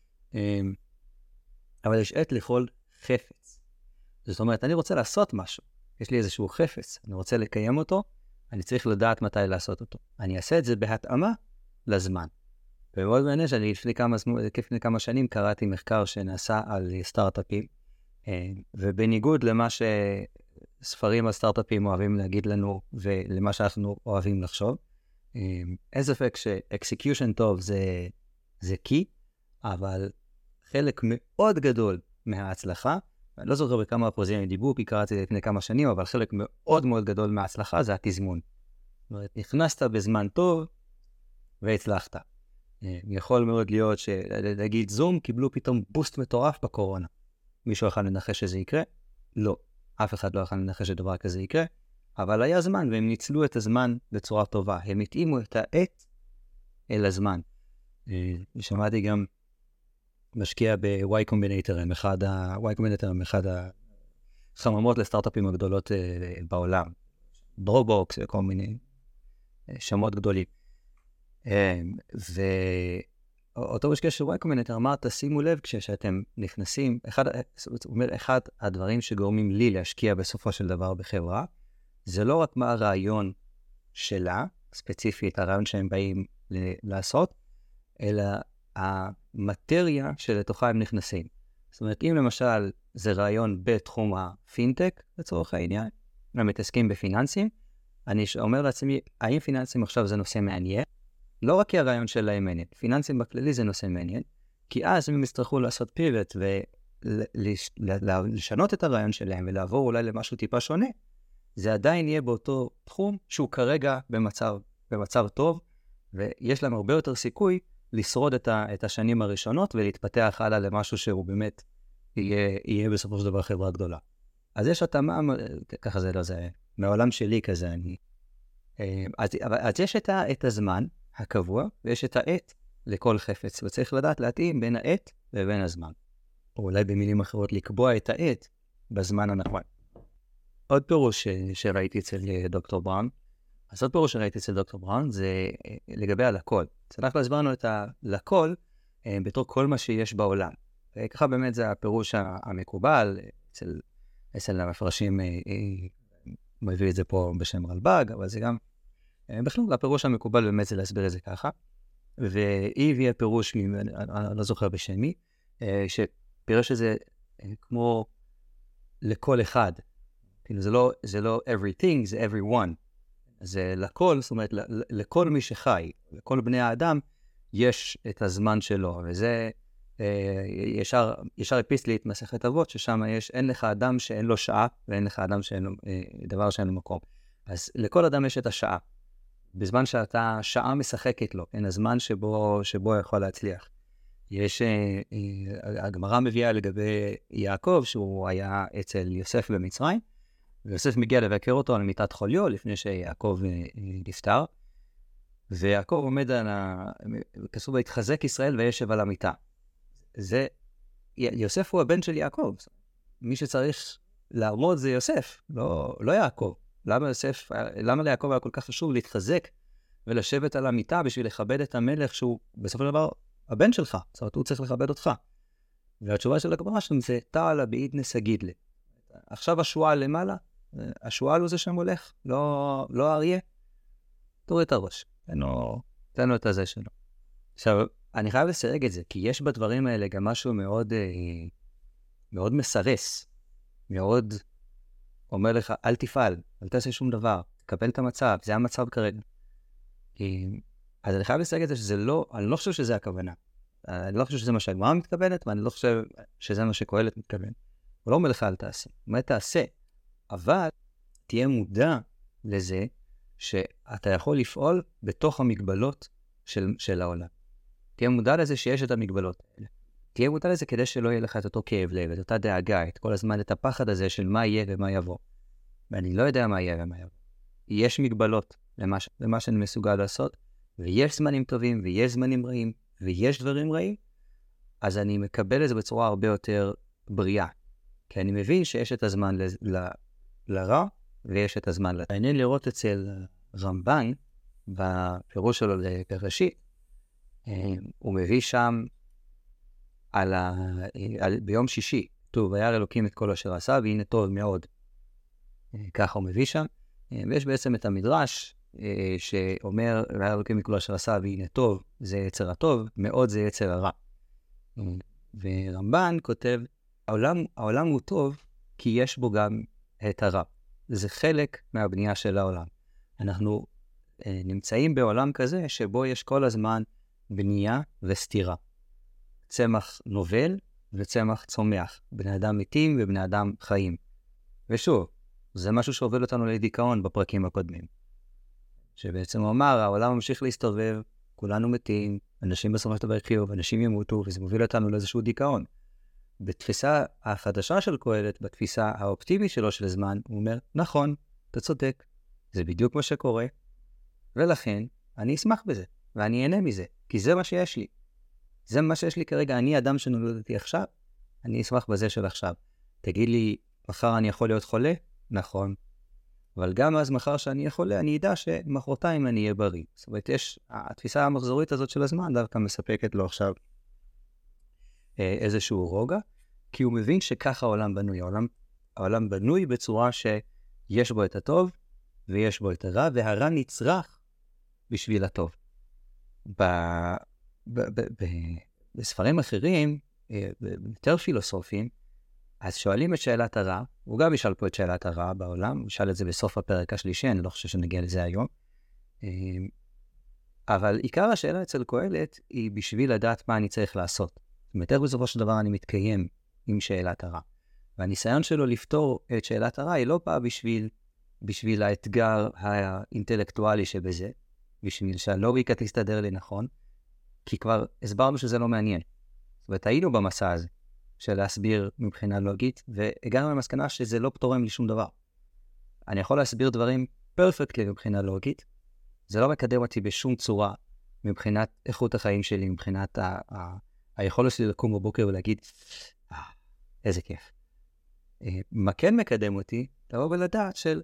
אבל יש עת לכל חפץ. זאת אומרת, אני רוצה לעשות משהו, יש לי איזשהו חפץ, אני רוצה לקיים אותו, אני צריך לדעת מתי לעשות אותו. אני אעשה את זה בהתאמה לזמן. ומאוד מעניין שאני לפני כמה שנים קראתי מחקר שנעשה על סטארט-אפים, ובניגוד למה שספרים על סטארט-אפים אוהבים להגיד לנו, ולמה שאנחנו אוהבים לחשוב, אין ספק ש-execution טוב זה key, אבל חלק מאוד גדול מההצלחה, אני לא זוכר בכמה אחוזים הם דיברו, כי קראתי לפני כמה שנים, אבל חלק מאוד מאוד גדול מההצלחה זה התזמון. זאת אומרת, נכנסת בזמן טוב והצלחת. יכול מאוד להיות שלהגיד זום, קיבלו פתאום בוסט מטורף בקורונה. מישהו יכול לנחש שזה יקרה? לא. אף אחד לא יכול לנחש שדבר כזה יקרה, אבל היה זמן, והם ניצלו את הזמן בצורה טובה. הם התאימו את העת אל הזמן. שמעתי גם משקיע ב-Y Combinator, Y Combinator הם אחד החממות לסטארט-אפים הגדולות בעולם. דרופבוקס וכל מיני שמות גדולים. ואותו משקיע של Y Combinator אמר, תשימו לב כשאתם נכנסים, אחד הדברים שגורמים לי להשקיע בסופו של דבר בחברה, זה לא רק מה הרעיון שלה, ספציפית הרעיון שהם באים לעשות, אלא המטריה שלתוכה הם נכנסים. זאת אומרת, אם למשל זה רעיון בתחום הפינטק, לצורך העניין, הם מתעסקים בפיננסים, אני אומר לעצמי, האם פיננסים עכשיו זה נושא מעניין? לא רק כי הרעיון שלהם מעניין, פיננסים בכללי זה נושא מעניין, כי אז הם יצטרכו לעשות פיבוט לשנות את הרעיון שלהם ולעבור אולי למשהו טיפה שונה, זה עדיין יהיה באותו תחום שהוא כרגע במצב טוב, ויש להם הרבה יותר סיכוי לשרוד את השנים הראשונות ולהתפתח הלאה למשהו שהוא באמת יהיה בסופו של דבר חברה גדולה. אז יש התאמה, ככה זה מהעולם שלי כזה, אז יש את הזמן הקבוע, ויש את העת לכל חפץ, וצריך לדעת להתאים בין העת לבין הזמן. או אולי במילים אחרות, לקבוע את העת בזמן הנכון. עוד פירוש שראיתי אצל דוקטור בראון, אז עוד פירוש שראיתי אצל דוקטור בראון, זה לגבי הלכל. אנחנו הסברנו את הלכל בתור כל מה שיש בעולם. וככה באמת זה הפירוש המקובל, אצל המפרשים מביא את זה פה בשם רלב"ג, אבל זה גם, בכלל הפירוש המקובל באמת זה להסביר את זה ככה. והיא הביאה פירוש, אני לא זוכר בשם מי, שפירוש את זה כמו לכל אחד. כאילו זה לא everything, זה everyone. זה לכל, זאת אומרת, לכל מי שחי, לכל בני האדם, יש את הזמן שלו, וזה ישר אפיסטלית מסכת אבות, ששם אין לך אדם שאין לו שעה, ואין לך אדם שאין לו דבר שאין לו מקום. אז לכל אדם יש את השעה. בזמן שאתה שעה משחקת לו, אין הזמן שבו יכול להצליח. יש, הגמרא מביאה לגבי יעקב, שהוא היה אצל יוסף במצרים, ויוסף מגיע לבקר אותו על מיטת חוליו, לפני שיעקב נפטר, ויעקב עומד כתוב, התחזק ישראל וישב על המיטה. יוסף הוא הבן של יעקב. מי שצריך לעמוד זה יוסף, לא יעקב. למה ליעקב היה כל כך חשוב להתחזק ולשבת על המיטה בשביל לכבד את המלך שהוא בסופו של דבר הבן שלך, זאת אומרת הוא צריך לכבד אותך. והתשובה של הגמרא שם זה תעלה באידנס הגידלה. עכשיו השועל למעלה, השועל הוא זה שם הולך, לא האריה. תוריד את הראש, תן לו את הזה שלו. עכשיו, אני חייב לסייג את זה, כי יש בדברים האלה גם משהו מאוד מסרס, מאוד אומר לך, אל תפעל, אל תעשה שום דבר, תקבל את המצב, זה המצב כרגע. אז אני חייב לסייג את זה שזה לא, אני לא חושב שזה הכוונה. אני לא חושב שזה מה שהגמרא מתכוונת, ואני לא חושב שזה מה שקהלת מתכוון. הוא לא אומר לך אל תעשה, הוא אומר תעשה, אבל תהיה מודע לזה שאתה יכול לפעול בתוך המגבלות של העולם. תהיה מודע לזה שיש את המגבלות האלה. תהיה מודע לזה כדי שלא יהיה לך את אותו כאב לב, את אותה דאגה, את כל הזמן את הפחד הזה של מה יהיה ומה יבוא. ואני לא יודע מה יהיה ומה יבוא. יש מגבלות למה שאני מסוגל לעשות, ויש זמנים טובים ויש זמנים רעים, ויש דברים רעים, אז אני מקבל את זה בצורה הרבה יותר בריאה. כי אני מבין שיש את הזמן לרע, ויש את הזמן לטוב. מעניין לראות אצל רמב"ן, בפירוש שלו בראשית, הוא מביא שם ביום שישי, טוב, וירא אלוקים את כל אשר עשה, והנה טוב מאוד. ככה הוא מביא שם. ויש בעצם את המדרש, שאומר, וירא אלוקים את כל אשר עשה, והנה טוב, זה יצר הטוב, מאוד זה יצר הרע. ורמב"ן כותב, העולם הוא טוב, כי יש בו גם את הרע. זה חלק מהבנייה של העולם. אנחנו נמצאים בעולם כזה, שבו יש כל הזמן בנייה וסתירה. צמח נובל וצמח צומח. בני אדם מתים ובני אדם חיים. ושוב, זה משהו שהוביל אותנו לדיכאון בפרקים הקודמים. שבעצם הוא אמר, העולם ממשיך להסתובב, כולנו מתים, אנשים בסופו של דבר יחיו, אנשים ימותו, וזה מוביל אותנו לאיזשהו דיכאון. בתפיסה החדשה של קהלת, בתפיסה האופטימית שלו של הזמן, הוא אומר, נכון, אתה צודק, זה בדיוק מה שקורה, ולכן אני אשמח בזה, ואני אהנה מזה, כי זה מה שיש לי. זה מה שיש לי כרגע, אני אדם שנולדתי עכשיו, אני אשמח בזה של עכשיו. תגיד לי, מחר אני יכול להיות חולה? נכון. אבל גם אז מחר שאני אהיה חולה, אני אדע שמחרתיים אני אהיה בריא. זאת אומרת, התפיסה המחזורית הזאת של הזמן דווקא מספקת לו עכשיו איזשהו רוגע, כי הוא מבין שככה העולם בנוי. העולם בנוי בצורה שיש בו את הטוב, ויש בו את הרע, והרע נצרך בשביל הטוב. בספרים אחרים, יותר פילוסופיים, אז שואלים את שאלת הרע, הוא גם ישאל פה את שאלת הרע בעולם, הוא ישאל את זה בסוף הפרק השלישי, אני לא חושב שנגיע לזה היום. אבל עיקר השאלה אצל קהלת היא בשביל לדעת מה אני צריך לעשות. זאת אומרת, בסופו של דבר אני מתקיים עם שאלת הרע. והניסיון שלו לפתור את שאלת הרע היא לא באה בשביל האתגר האינטלקטואלי שבזה, בשביל שהלוגיקה תסתדר לי נכון, כי כבר הסברנו שזה לא מעניין. זאת אומרת, היינו במסע הזה של להסביר מבחינה לוגית, והגענו למסקנה שזה לא תורם לי שום דבר. אני יכול להסביר דברים פרפקטלי מבחינה לוגית, זה לא מקדם אותי בשום צורה מבחינת איכות החיים שלי, מבחינת היכולת שלי לקום בבוקר ולהגיד, איזה כיף. מה כן מקדם אותי? לבוא ולדעת של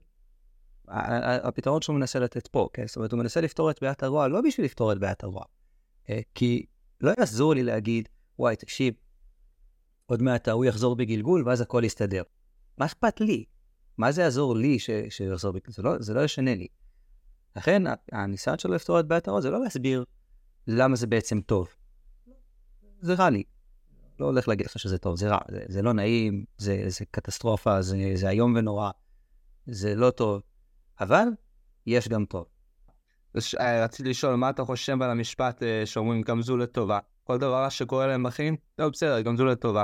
הפתרון שהוא מנסה לתת פה, כן? זאת אומרת, הוא מנסה לפתור את בעיית הרוע, לא בשביל לפתור את בעיית הרוע, כי לא יעזור לי להגיד, וואי, תקשיב, עוד מעט הוא יחזור בגלגול, ואז הכל יסתדר. מה אכפת לי? מה זה יעזור לי שיחזור בגלגול? זה לא ישנה לי. לכן, הניסיון שלו לפתור את בעיית הרוע, זה לא להסביר למה זה בעצם טוב. זה רע לי. לא הולך להגיד לך שזה טוב, זה רע, זה לא נעים, זה קטסטרופה, זה היום ונורא, זה לא טוב, אבל יש גם טוב. רציתי לשאול, מה אתה חושב על המשפט שאומרים גמזו לטובה? כל דבר שקורה להם בחיים, לא בסדר, גמזו לטובה.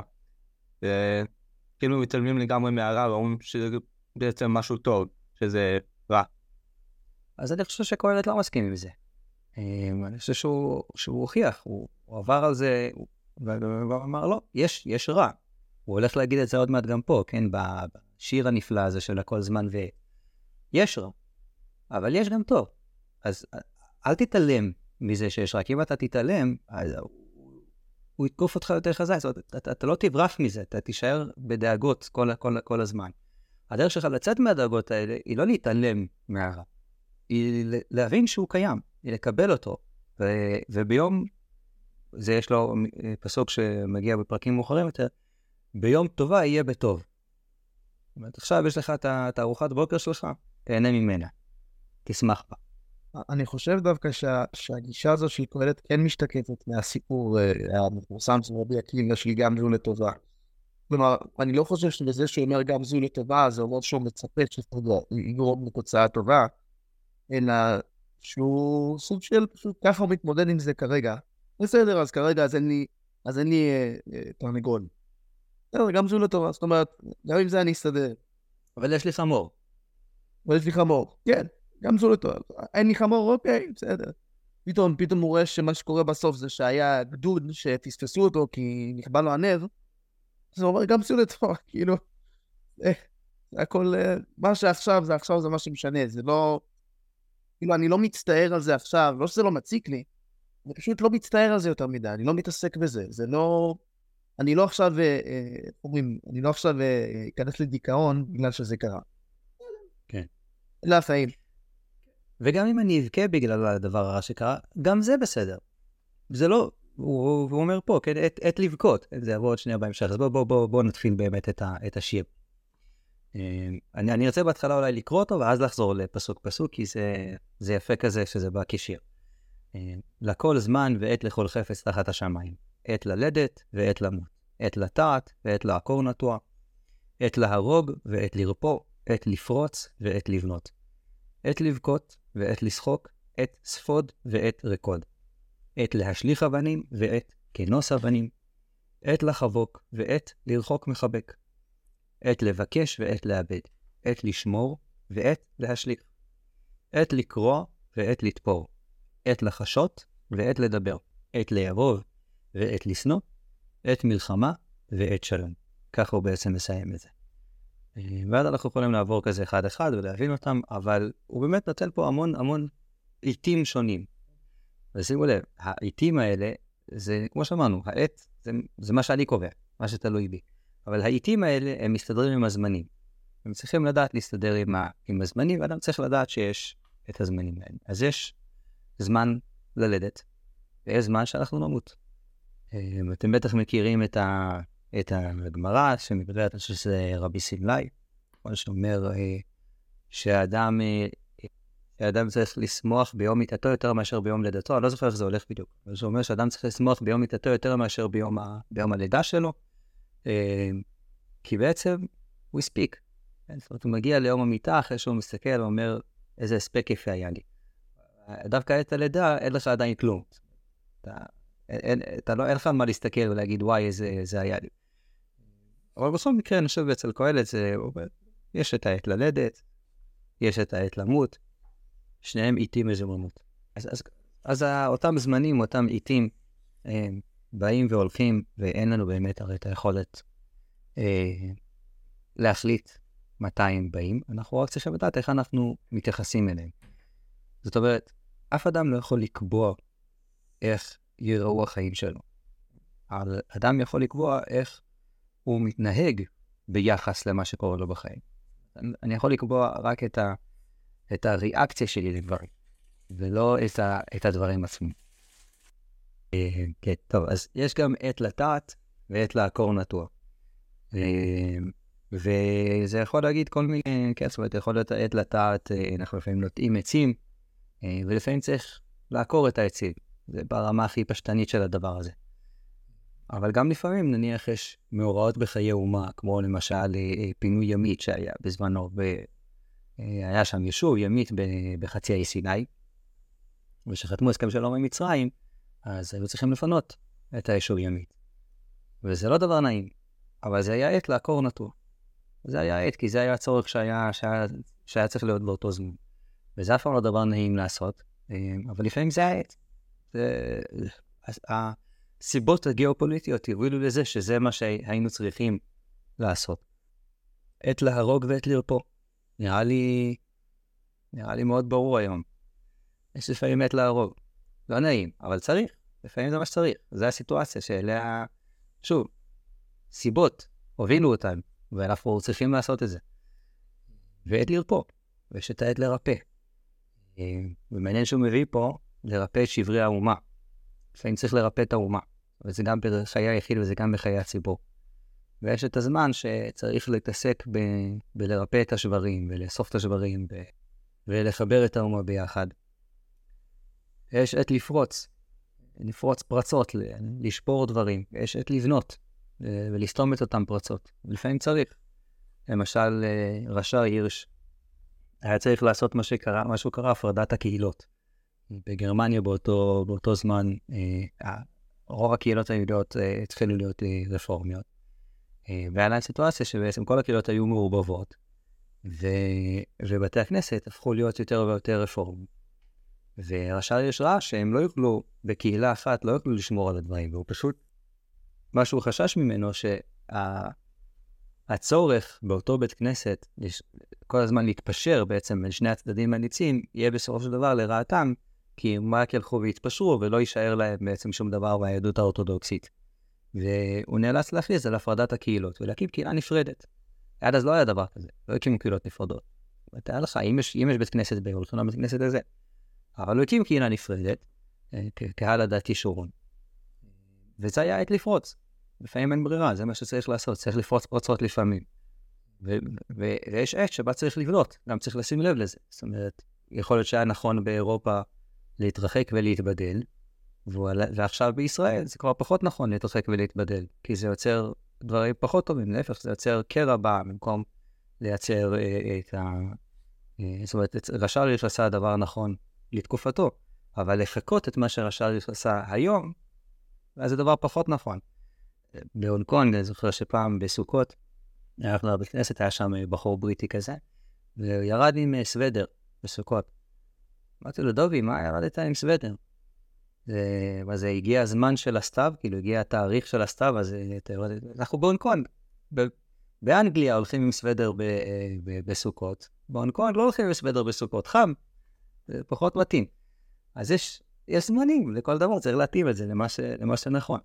כאילו מתעלמים לגמרי מהרע, ואומרים שזה בעצם משהו טוב, שזה רע. אז אני חושב שקהלת לא מסכים עם זה. אני חושב שהוא הוכיח, הוא עבר על זה, והוא אמר לא, יש רע. הוא הולך להגיד את זה עוד מעט גם פה, כן, בשיר הנפלא הזה של הכל זמן יש רע, אבל יש גם טוב. אז אל תתעלם מזה שיש רע, כי אם אתה תתעלם, אז הוא יתקוף אותך יותר חזק, זאת אומרת, אתה לא תברח מזה, אתה תישאר בדאגות כל הזמן. הדרך שלך לצאת מהדאגות האלה, היא לא להתעלם מהרע, היא להבין שהוא קיים, היא לקבל אותו, וביום, זה יש לו פסוק שמגיע בפרקים מאוחרים יותר, ביום טובה יהיה בטוב. זאת אומרת, עכשיו יש לך את הארוחת בוקר שלך, תהנה ממנה, תשמח בה. אני חושב דווקא שהגישה הזו של קהלת כן משתקפת מהסיפור המפורסם של רבי עקיבא של גמזו לטובה. כלומר, אני לא חושב שבזה שהוא אומר גמזו לטובה, זה אומר שהוא מצפה שיגרום לתוצאה טובה, אלא שהוא סוג של פשוט ככה הוא מתמודד עם זה כרגע. בסדר, אז כרגע אז אין לי תרנגול. גמזו לטובה, זאת אומרת, גם עם זה אני אסתדר. אבל יש לי חמור. כן. גם זו לטוב, אין לי חמור, אוקיי, בסדר. פתאום הוא רואה שמה שקורה בסוף זה שהיה גדוד שפספסו אותו כי נכבה לו הנר, אז הוא אומר, גם זו לטוב, כאילו, זה הכל, מה שעכשיו זה מה שמשנה, זה לא, כאילו, אני לא מצטער על זה עכשיו, לא שזה לא מציק לי, אני פשוט לא מצטער על זה יותר מדי, אני לא מתעסק בזה, זה לא, אני לא עכשיו אכנס לדיכאון בגלל שזה קרה. כן. לא הפעים. וגם אם אני אבכה בגלל הדבר הרע שקרה, גם זה בסדר. זה לא, הוא אומר פה, כן, עת לבכות. זה יבוא עוד שנייה בהמשך. אז בוא נתחיל באמת את השיר. אני ארצה בהתחלה אולי לקרוא אותו, ואז לחזור לפסוק פסוק, כי זה יפה כזה שזה בא כשיר. לכל זמן ועת לכל חפץ תחת השמיים. עת ללדת ועת למות. עת לטעת ועת לעקור נטוע. עת להרוג ועת לרפוא. עת לפרוץ ועת לבנות. עת לבכות ועת לשחוק, עת ספוד ועת רקוד. עת להשליך אבנים ועת כנוס אבנים. עת לחבוק ועת לרחוק מחבק. עת לבקש ועת לאבד. עת לשמור ועת להשליך. עת לקרוא ועת לתפור. עת לחשות ועת לדבר. עת לירוב ועת לשנוא. עת מלחמה ועת שלום. ככה הוא בעצם מסיים את זה. ואז אנחנו יכולים לעבור כזה אחד ולהבין אותם, אבל הוא באמת נותן פה המון עיתים שונים. ושימו לב, העיתים האלה, זה כמו שאמרנו, העט זה מה שאני קובע, מה שתלוי בי. אבל העיתים האלה הם מסתדרים עם הזמנים. הם צריכים לדעת להסתדר עם הזמנים, ואדם צריך לדעת שיש את הזמנים האלה. אז יש זמן ללדת, ויש זמן שאנחנו נמות. אתם בטח מכירים את הגמרא שמדברת על שזה רבי סמלי, שאומר שהאדם צריך לשמוח ביום מיתתו יותר מאשר ביום לידתו. אני לא זוכר איך זה הולך בדיוק. אבל זה אומר שאדם צריך לשמוח ביום מיתתו יותר מאשר ביום הלידה שלו, כי בעצם הוא הספיק. זאת אומרת, הוא מגיע ליום המיטה אחרי שהוא מסתכל ואומר איזה הספק יפה היה לי. דווקא את הלידה אין לך עדיין כלום. אין לך מה להסתכל ולהגיד וואי איזה היה לי. אבל בכל מקרה, אני חושב אצל קהלת, יש את העת ללדת, יש את העת למות, שניהם עיתים מזוממות. אז אותם זמנים, אותם עיתים, באים והולכים, ואין לנו באמת הרי את היכולת להחליט מתי הם באים. אנחנו רק צריכים לדעת איך אנחנו מתייחסים אליהם. זאת אומרת, אף אדם לא יכול לקבוע איך ייראו החיים שלו. אבל אדם יכול לקבוע איך הוא מתנהג ביחס למה שקורה לו בחיים. אני יכול לקבוע רק את הריאקציה שלי לדברים, ולא את הדברים עצמם. כן, טוב, אז יש גם עת לטעת ועת לעקור נטוע. וזה יכול להגיד כל מיני, כן, זאת אומרת, יכול להיות עת לטעת, אנחנו לפעמים נוטעים עצים, ולפעמים צריך לעקור את העצים. זה ברמה הכי פשטנית של הדבר הזה. אבל גם לפעמים נניח יש מאורעות בחיי אומה, כמו למשל פינוי ימית שהיה בזמנו, והיה שם יישוב ימית בחצי האי סיני, ושחתמו הסכם שלום עם מצרים, אז היו צריכים לפנות את היישוב ימית. וזה לא דבר נעים, אבל זה היה עת לעקור נטוע. זה היה עת, כי זה היה הצורך שהיה צריך להיות באותו זמן. וזה אף פעם לא דבר נעים לעשות, אבל לפעמים זה היה עת. הסיבות הגיאופוליטיות הובילו לזה שזה מה שהיינו צריכים לעשות. עת להרוג ועת לרפוא. נראה לי מאוד ברור היום. יש לפעמים עת להרוג. לא נעים, אבל צריך. לפעמים זה מה שצריך. זו הסיטואציה שאליה, שוב, סיבות הובילו אותנו, ואנחנו צריכים לעשות את זה. ועת לרפוא, ויש את העת לרפא. ומעניין שהוא מביא פה לרפא את שברי האומה. לפעמים צריך לרפא את האומה, וזה גם בחיי היחיד וזה גם בחיי הציבור. ויש את הזמן שצריך להתעסק בלרפא את השברים, ולאסוף את השברים, ולחבר את האומה ביחד. יש עת לפרוץ פרצות, לשפור דברים. יש עת לבנות, ולסתום את אותם פרצות. ולפעמים צריך. למשל, רש"ר הירש היה צריך לעשות מה שהוא קרא הפרדת הקהילות. בגרמניה באותו זמן, רוב הקהילות היהודיות התחילו להיות רפורמיות. והיה לה סיטואציה שבעצם כל הקהילות היו מעורבבות, ובתי הכנסת הפכו להיות יותר ויותר רפורמיים. ורש"ר הירש ראה שהם לא יוכלו, בקהילה אחת לא יוכלו לשמור על הדברים, והוא פשוט, מה שהוא חשש ממנו, שהצורך באותו בית כנסת, כל הזמן להתפשר בעצם בין שני הצדדים הניצים, יהיה בסופו של דבר לרעתם, כי הם רק ילכו והתפשרו, ולא יישאר להם בעצם שום דבר ביהדות האורתודוקסית. והוא נאלץ להכריז על הפרדת הקהילות, ולהקים קהילה נפרדת. עד אז לא היה דבר כזה, לא הקימו קהילות נפרדות. ותהיה לך, אם יש בית כנסת הולכים לבית כנסת הזה. אבל הוא הקים קהילה נפרדת, קהל הדת ישורון. וזה היה עת לפרוץ. לפעמים אין ברירה, זה מה שצריך לעשות, צריך לפרוץ פרצות לפעמים. ויש עת שבה צריך לבנות, גם צריך לשים לב לזה. זאת אומרת, יכול להיות שהיה נכון באירופה להתרחק ולהתבדל, ועכשיו בישראל זה כבר פחות נכון להתרחק ולהתבדל, כי זה יוצר דברים פחות טובים, להפך, זה יוצר קרע בה, במקום לייצר את זאת אומרת, רש"ר הירש עשה הדבר נכון לתקופתו, אבל לחכות את מה שרש"ר הירש עשה היום, אז זה דבר פחות נכון. בהונג קונג, אני זוכר שפעם בסוכות, הלכנו לבית כנסת, היה שם בחור בריטי כזה, וירד עם סוודר בסוכות. אמרתי לו, דובי, מה ירדת עם סוודר? זה הגיע הזמן של הסתיו, כאילו הגיע התאריך של הסתיו, אז אנחנו בהונג קונג. באנגליה הולכים עם סוודר בסוכות, בהונג קונג לא הולכים עם סוודר בסוכות, חם, זה פחות מתאים. אז יש זמנים לכל דבר, צריך להתאים את זה למה שנכון.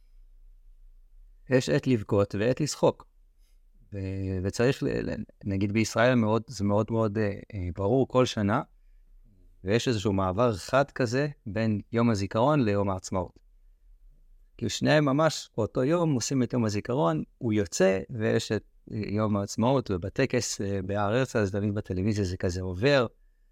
יש עת לבכות ועת לשחוק. וצריך, נגיד בישראל זה מאוד מאוד ברור כל שנה, ויש איזשהו מעבר חד כזה בין יום הזיכרון ליום העצמאות. כי שניהם ממש באותו יום עושים את יום הזיכרון, הוא יוצא ויש את יום העצמאות, ובטקס בהר הרצל, אז תמיד בטלוויזיה זה כזה עובר,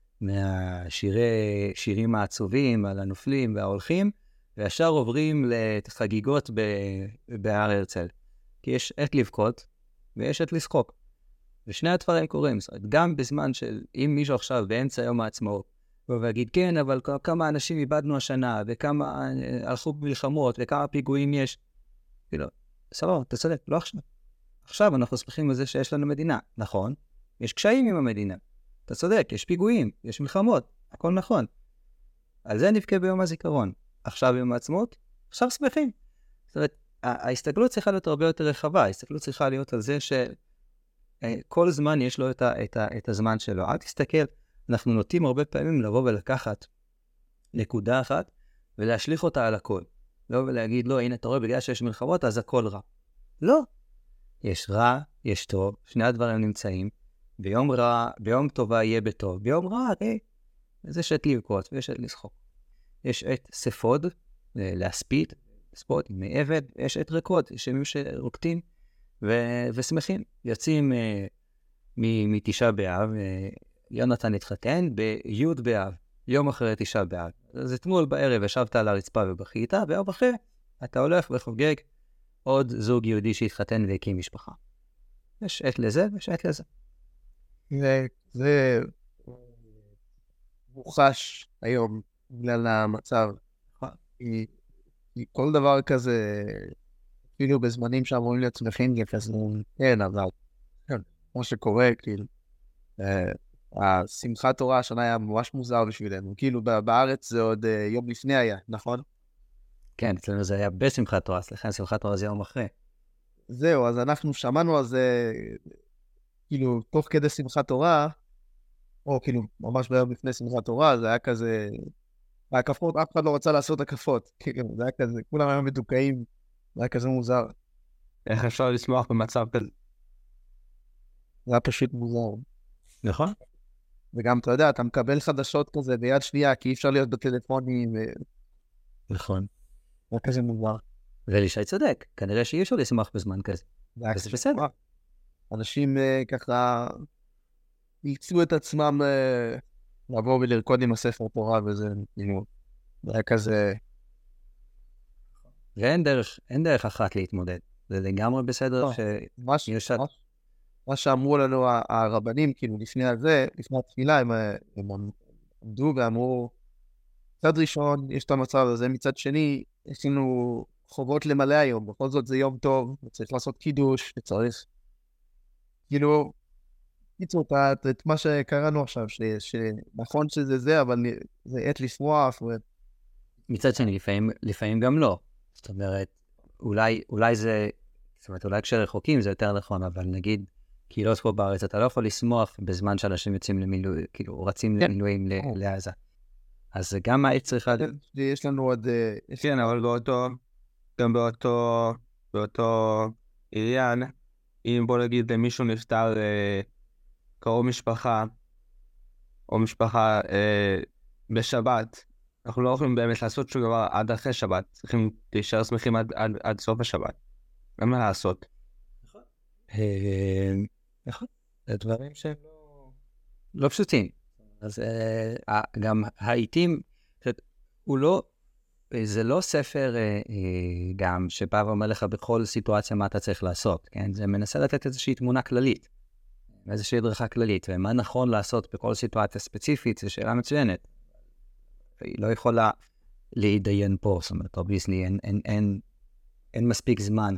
מהשירים העצובים על הנופלים וההולכים, וישר עוברים לחגיגות בהר הרצל. כי יש עת לבכות ויש עת לשחוק. ושני הדברים קורים. זאת אומרת, גם בזמן של, אם מישהו עכשיו באמצע יום העצמאות, ויגיד, כן, אבל כמה אנשים איבדנו השנה, וכמה הלכו במלחמות, וכמה פיגועים יש. כאילו, סבבה, אתה צודק, לא עכשיו. עכשיו אנחנו שמחים על זה שיש לנו מדינה. נכון, יש קשיים עם המדינה. אתה צודק, יש פיגועים, יש מלחמות, הכל נכון. על זה נבכה ביום הזיכרון. עכשיו ביום העצמאות, עכשיו שמחים. זאת אומרת, ההסתכלות צריכה להיות הרבה יותר רחבה, ההסתכלות צריכה להיות על זה שכל זמן יש לו את הזמן שלו. אל תסתכל, אנחנו נוטים הרבה פעמים לבוא ולקחת נקודה אחת ולהשליך אותה על הכל. לא ולהגיד, לא, הנה אתה רואה, בגלל שיש מלחמות, אז הכל רע. לא. יש רע, יש טוב, שני הדברים נמצאים. ביום טובה יהיה בטוב, ביום רע, אז יש עת לבכות ויש עת לשחוק. יש עת ספוד, להספיד, לספוד, מעבד, יש עת ריקוד, יש ימים שרוקדים ושמחים. יוצאים מתשעה באב, יונתן התחתן בי' באב, יום אחרי תשעה באב. אז אתמול בערב ישבת על הרצפה ובכית, ביום אחרי אתה הולך וחוגג עוד זוג יהודי שהתחתן והקים משפחה. יש עת לזה ויש עת לזה. זה מוחש היום בגלל המצב. כי כל דבר כזה, אפילו בזמנים שאמורים להיות שמחים, כזה, כן, אבל כמו שקורה, כאילו, השמחת תורה השנה היה ממש מוזר בשבילנו. כאילו, בארץ זה עוד יום לפני היה, נכון? כן, אצלנו זה היה בשמחת תורה, סליחה, שמחת תורה זה יום אחרי. זהו, אז אנחנו שמענו על זה, כאילו, תוך כדי שמחת תורה, או כאילו, ממש ביום לפני שמחת תורה, זה היה כזה, ההקפות, אף אחד לא רצה לעשות הקפות, כאילו, זה היה כזה, כולם היו מדוכאים, זה היה כזה מוזר. איך אפשר לשמוח במצב כזה? זה היה פשוט מוזר. נכון? וגם, אתה יודע, אתה מקבל חדשות כזה ביד שנייה, כי אי אפשר להיות בטלפונים, נכון. זה היה כזה מוזר. ואלישי צודק, כנראה שאי אפשר לשמח בזמן כזה. וזה בסדר. אנשים ככה ייצאו את עצמם לבוא ולרקוד עם הספר תורה, וזה, כאילו, זה היה כזה... ואין דרך אחת להתמודד. זה לגמרי בסדר מה שאמרו לנו הרבנים, כאילו, לפני התפילה, הם עמדו ואמרו, מצד ראשון, יש את המצב הזה, מצד שני, יש לנו חובות למלא היום, בכל זאת זה יום טוב, וצריך לעשות קידוש, וצריך, כאילו, קיצור, את מה שקראנו עכשיו, שנכון שזה זה, אבל זה עת לפרוח. מצד שני, לפעמים גם לא. זאת אומרת, אולי זה, זאת אומרת, אולי כשרחוקים זה יותר נכון, אבל נגיד, קהילות פה בארץ, אתה לא יכול לשמוח בזמן שאנשים יוצאים למילואים, כאילו, רצים למילואים לעזה. אז גם העת צריכה... יש לנו עוד... כן, אבל גם באותו עניין, אם בוא נגיד מישהו נפטר קרוב משפחה, או משפחה בשבת, אנחנו לא יכולים באמת לעשות שום דבר עד אחרי שבת, צריכים להישאר שמחים עד סוף השבת. אין מה לעשות. נכון. זה דברים שהם לא פשוטים. אז גם העיתים, זה לא ספר גם שבא ואומר לך בכל סיטואציה מה אתה צריך לעשות, כן? זה מנסה לתת איזושהי תמונה כללית, איזושהי הדרכה כללית, ומה נכון לעשות בכל סיטואציה ספציפית, זו שאלה מצוינת. היא לא יכולה להידיין פה, זאת אומרת, אובייסלי, אין מספיק זמן,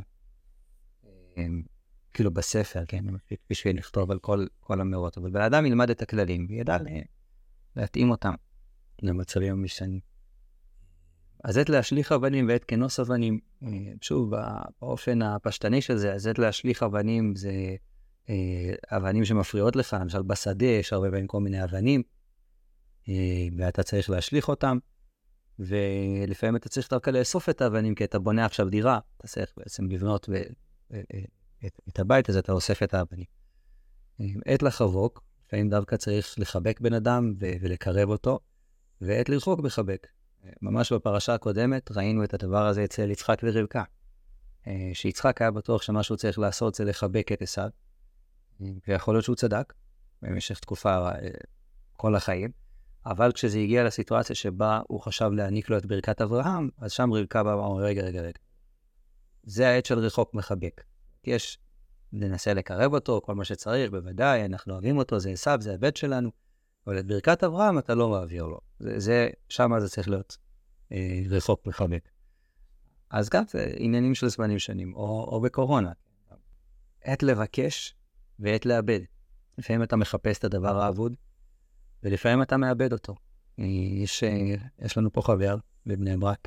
כאילו בספר, כן? בשביל לכתוב על כל המאורות, אבל בן ילמד את הכללים, וידע להתאים אותם למצבים המשתנים. אז את להשליך אבנים ואת כנוס אבנים, שוב, באופן הפשטני של זה, אז את להשליך אבנים זה אבנים שמפריעות לך, למשל בשדה יש הרבה בין כל מיני אבנים, ואתה צריך להשליך אותם, ולפעמים אתה צריך דווקא לאסוף את האבנים, כי אתה בונה עכשיו דירה, אתה צריך בעצם לבנות את הבית הזה, אתה אוסף את האבנים. עת לחבוק, לפעמים דווקא צריך לחבק בן אדם ולקרב אותו, ועת לרחוק בחבק. ממש בפרשה הקודמת ראינו את הדבר הזה אצל יצחק ורבקה. שיצחק היה בטוח שמה שהוא צריך לעשות זה לחבק את עשיו, ויכול להיות שהוא צדק במשך תקופה כל החיים, אבל כשזה הגיע לסיטואציה שבה הוא חשב להעניק לו את ברכת אברהם, אז שם רבקה בא ואמר, רגע. זה העת של רחוק מחבק. יש לנסה לקרב אותו, כל מה שצריך, בוודאי, אנחנו אוהבים אותו, זה עשיו, זה הבית שלנו, אבל את ברכת אברהם אתה לא מעביר לו. שם זה צריך להיות רחוק מחבק. אז גם זה עניינים של זמנים שונים, או בקורונה. עת לבקש ועת לאבד. לפעמים אתה מחפש את הדבר האבוד, ולפעמים אתה מאבד אותו. יש לנו פה חבר בבני ברק,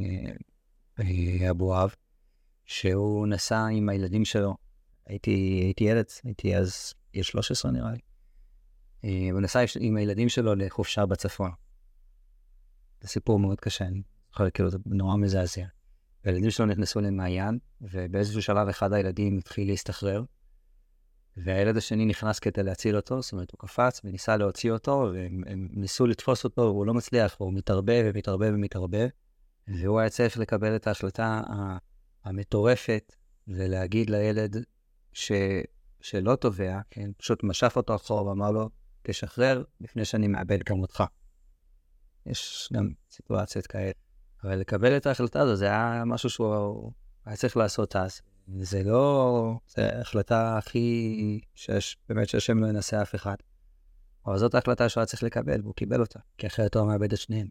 אבו אב, שהוא נסע עם הילדים שלו. הייתי ילד, הייתי אז גיל 13 נראה לי. הוא נסע עם הילדים שלו לחופשה בצפון. זה סיפור מאוד קשה, אני זוכר, כאילו, זה נורא מזעזע. הילדים שלו נכנסו למעיין, ובאיזשהו שלב אחד הילדים התחיל להסתחרר, והילד השני נכנס כדי להציל אותו, זאת אומרת, הוא קפץ וניסה להוציא אותו, והם ניסו לתפוס אותו, והוא לא מצליח, והוא מתערבב ומתערבב ומתערבב, והוא היה צריך לקבל את ההחלטה המטורפת, ולהגיד לילד שלא תובע, כן? פשוט משף אותו אחורה ואמר לו, תשחרר לפני שאני מאבד גם אותך. יש גם סיטואציות כאלה. אבל לקבל את ההחלטה הזו, זה היה משהו שהוא היה צריך לעשות אז. זה לא, זה ההחלטה הכי, באמת שהשם לא ינסה אף אחד. אבל זאת ההחלטה שהוא היה צריך לקבל, והוא קיבל אותה, כי אחרת הוא מאבד את שניהם.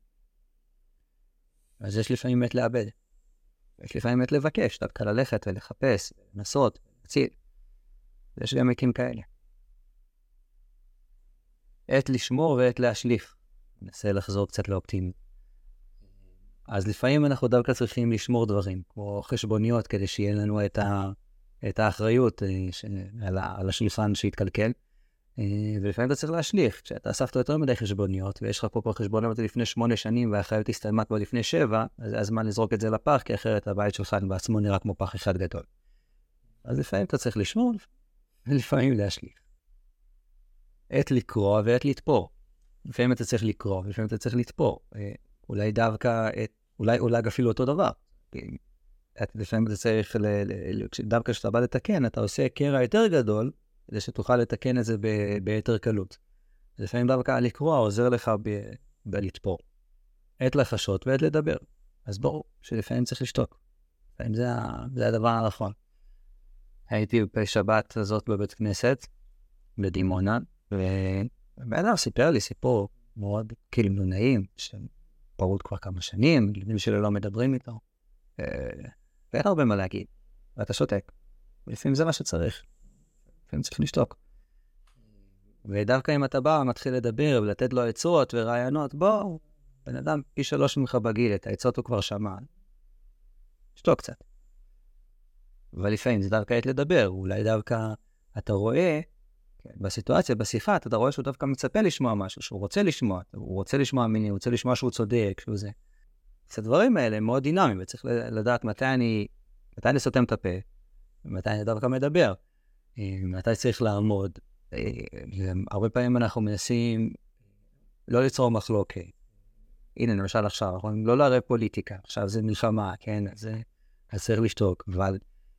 אז יש לפעמים מת לאבד. יש לפעמים מת לבקש, דווקא ללכת ולחפש, לנסות, להציל. יש גם מקים כאלה. עת לשמור ועת להשליף. ננסה לחזור קצת לאופטימיות. אז לפעמים אנחנו דווקא צריכים לשמור דברים, כמו חשבוניות, כדי שיהיה לנו את האחריות על השליפן שהתקלקל. ולפעמים אתה צריך להשליך. כשאתה אספת יותר מדי חשבוניות, ויש לך פה חשבוניות לפני 8 שנים, והאחריות הסתיימה כבר לפני 7, אז זה הזמן לזרוק את זה לפח, כי אחרת הבית שלך בעצמו נראה כמו פח אחד גדול. אז לפעמים אתה צריך לשמור, ולפעמים להשליך. עת לקרוא ועת לתפור. לפעמים אתה צריך לקרוא, ולפעמים אתה צריך לתפור. אולי דווקא, אולי אפילו אותו דבר. לפעמים אתה צריך, דווקא כשאתה בא לתקן, אתה עושה קרע יותר גדול, כדי שתוכל לתקן את זה ביותר קלות. לפעמים דווקא לקרוא עוזר לך בלתפור. עת לחשות ועת לדבר. אז ברור שלפעמים צריך לשתוק. לפעמים זה הדבר הנכון. הייתי בשבת הזאת בבית כנסת, בדימונה, ובאדם סיפר לי סיפור מאוד כאילו נעים, שפרוט כבר כמה שנים, ילדים שלו לא מדברים איתו, ואין הרבה מה להגיד, ואתה שותק. ולפעמים זה מה שצריך. לפעמים צריך לשתוק. ודווקא אם אתה בא, מתחיל לדבר ולתת לו עצות ורעיונות, בוא, בן אדם פי 3 ממך בגיל, את העצות הוא כבר שמע. שתוק קצת. אבל לפעמים זה דווקא עת לדבר, אולי דווקא אתה רואה, בסיטואציה, בשיחה, אתה רואה שהוא דווקא מצפה לשמוע משהו, שהוא רוצה לשמוע, הוא רוצה לשמוע מיני, הוא רוצה לשמוע שהוא צודק, שהוא זה. אז הדברים האלה הם מאוד דינמיים, וצריך לדעת מתי אני סותם את הפה, ומתי אני דווקא מדבר, מתי צריך לעמוד. הרבה פעמים אנחנו מנסים לא ליצור מחלוקת. הנה, למשל עכשיו, אנחנו לא לערב פוליטיקה, עכשיו זה מלחמה, כן, אז צריך לשתוק, אבל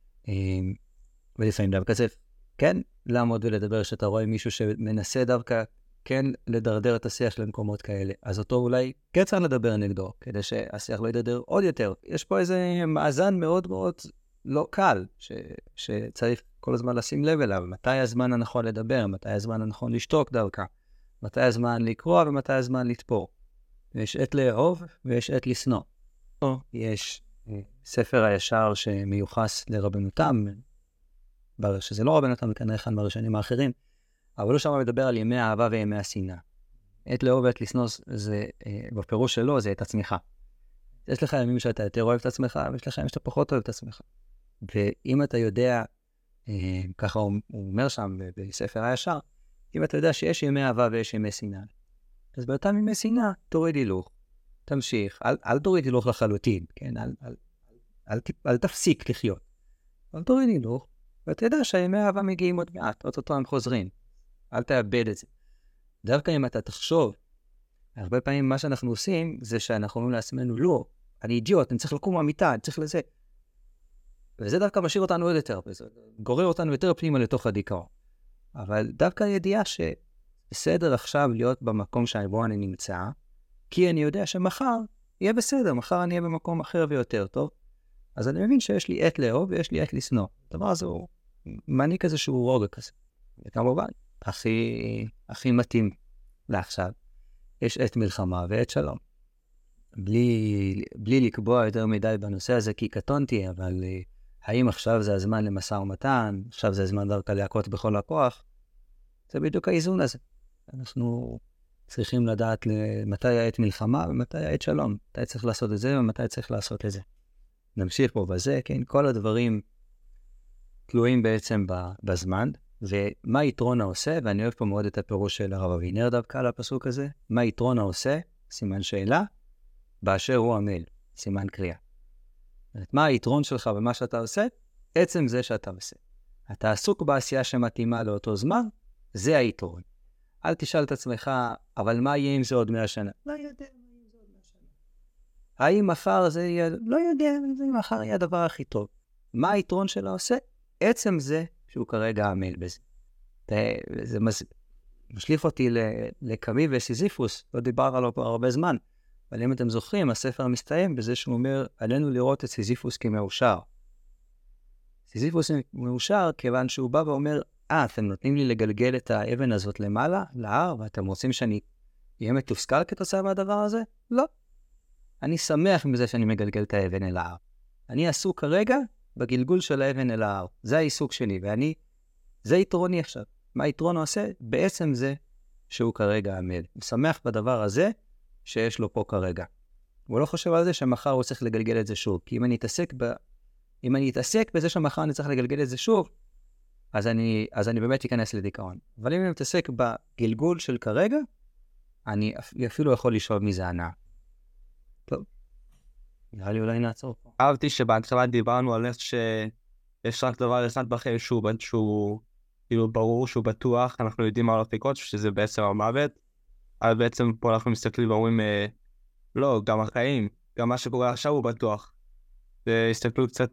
ולפעמים דווקא צריך כן לעמוד ולדבר, שאתה רואה מישהו שמנסה דווקא כן לדרדר את השיח למקומות כאלה, אז אותו אולי כן צריך לדבר נגדו, כדי שהשיח לא ידרדר עוד יותר. יש פה איזה מאזן מאוד מאוד לא קל, שצריך כל הזמן לשים לב אליו, מתי הזמן הנכון לדבר, מתי הזמן הנכון לשתוק דווקא, מתי הזמן לקרוא ומתי הזמן לתפור. יש עת לאהוב ויש עת לשנוא. יש ספר הישר שמיוחס לרבנותם, שזה לא רבנותם, כנראה אחד מהראשונים האחרים, אבל הוא שם מדבר על ימי האהבה וימי השנאה. עת לאהוב ועת לשנוא, בפירוש שלו, זה את עצמך. יש לך ימים שאתה יותר אוהב את עצמך, ויש לך ימים שאתה פחות אוהב את עצמך. ואם אתה יודע, ככה הוא אומר שם בספר הישר, אם אתה יודע שיש ימי אהבה ויש ימי שנאה, אז באותם ימי שנאה תוריד הילוך, תמשיך, אל תוריד הילוך לחלוטין, כן? אל תפסיק לחיות. אבל תוריד הילוך, ואתה יודע שהימי אהבה מגיעים עוד מעט, אותו הם חוזרים. אל תאבד את זה. דווקא אם אתה תחשוב, הרבה פעמים מה שאנחנו עושים, זה שאנחנו אומרים לעצמנו, לא, אני אידיוט, אני צריך לקום מהמיטה, אני צריך לזה. וזה דווקא משאיר אותנו עוד יותר, וזה גורר אותנו יותר פנימה לתוך הדיכאון. אבל דווקא הידיעה שבסדר עכשיו להיות במקום שבו אני נמצא, כי אני יודע שמחר יהיה בסדר, מחר אני אהיה במקום אחר ויותר טוב, אז אני מבין שיש לי עת לאהוב ויש לי עת לשנוא. הדבר הזה הוא מעניק איזשהו רוגע כזה. וכמובן, הכי מתאים לעכשיו. יש עת מלחמה ועת שלום. בלי לקבוע יותר מדי בנושא הזה, כי קטונתי, אבל האם עכשיו זה הזמן למשא ומתן, עכשיו זה הזמן דווקא להכות בכל הכוח? זה בדיוק האיזון הזה. אנחנו צריכים לדעת מתי העת מלחמה ומתי העת שלום. מתי צריך לעשות את זה ומתי צריך לעשות את זה. נמשיך פה בזה, כן? כל הדברים תלויים בעצם בזמן, ומה יתרון העושה, ואני אוהב פה מאוד את הפירוש של הרב אבינר דווקא על הפסוק הזה, מה יתרון העושה, סימן שאלה, באשר הוא עמל, סימן קריאה. מה היתרון שלך במה שאתה עושה? עצם זה שאתה עושה. אתה עסוק בעשייה שמתאימה לאותו זמן, זה היתרון. אל תשאל את עצמך, אבל מה יהיה אם זה עוד 100 שנה? לא יודע מה יהיה זה עוד 100 שנה. האם מחר זה יהיה, לא יודע אם זה מחר יהיה הדבר הכי טוב. מה היתרון של העושה? עצם זה שהוא כרגע עמל בזה. זה משליך אותי לקמי וסיזיפוס, לא דיבר עליו פה הרבה זמן, אבל אם אתם זוכרים, הספר מסתיים בזה שהוא אומר, עלינו לראות את סיזיפוס כמאושר. סיזיפוס מאושר כיוון שהוא בא ואומר, אתם נותנים לי לגלגל את האבן הזאת למעלה, להר, ואתם רוצים שאני אהיה מתוסכל כתוצאה מהדבר הזה? לא. אני שמח מזה שאני מגלגל את האבן אל ההר. אני עסוק כרגע בגלגול של האבן אל ההר. זה העיסוק שלי, זה יתרוני עכשיו. מה היתרון עושה? בעצם זה שהוא כרגע עמל. הוא שמח בדבר הזה שיש לו פה כרגע. הוא לא חושב על זה שמחר הוא צריך לגלגל את זה שוב. כי אם אני אתעסק בזה שמחר אני צריך לגלגל את זה שוב, אז אני באמת אכנס לדיכאון. אבל אם אני מתעסק בגלגול של כרגע, אני אפילו יכול לשאול מזה הנאה. טוב. נראה לי אולי נעצור פה. אהבתי שבהתחלה דיברנו על איך שיש רק דבר אחד בחיים שהוא כאילו ברור, שהוא בטוח, אנחנו יודעים מה הולך לקרות, שזה בעצם המוות. אבל בעצם פה אנחנו מסתכלים ואומרים, לא, גם החיים, גם מה שקורה עכשיו הוא בטוח. זה הסתכלות קצת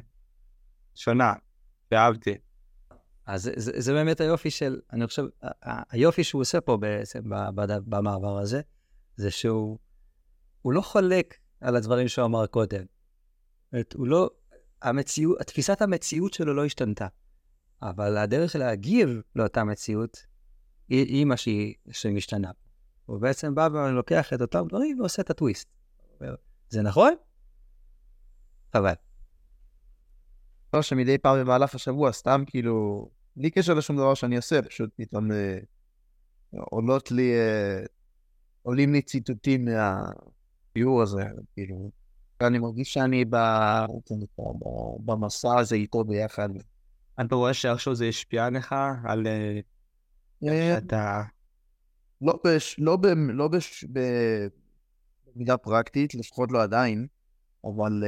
שונה, ואהבתי. אז זה באמת היופי של, אני חושב, היופי שהוא עושה פה בעצם במעבר הזה, זה שהוא לא חולק על הדברים שהוא אמר קודם. הוא לא, תפיסת המציאות שלו לא השתנתה. אבל הדרך להגיב לאותה מציאות, היא מה שמשתנה. הוא בעצם בא ולוקח את אותם דברים ועושה את הטוויסט. זה נכון? אבל. לא שמדי פעם במהלך השבוע, סתם כאילו, בלי קשר לשום דבר שאני עושה, פשוט פתאום עולים לי ציטוטים מהביור הזה, כאילו, ואני מרגיש שאני במסע הזה איתו ביחד. אתה רואה שעכשיו זה השפיע עליך על שאתה... לא במידה פרקטית, לפחות לא עדיין, אבל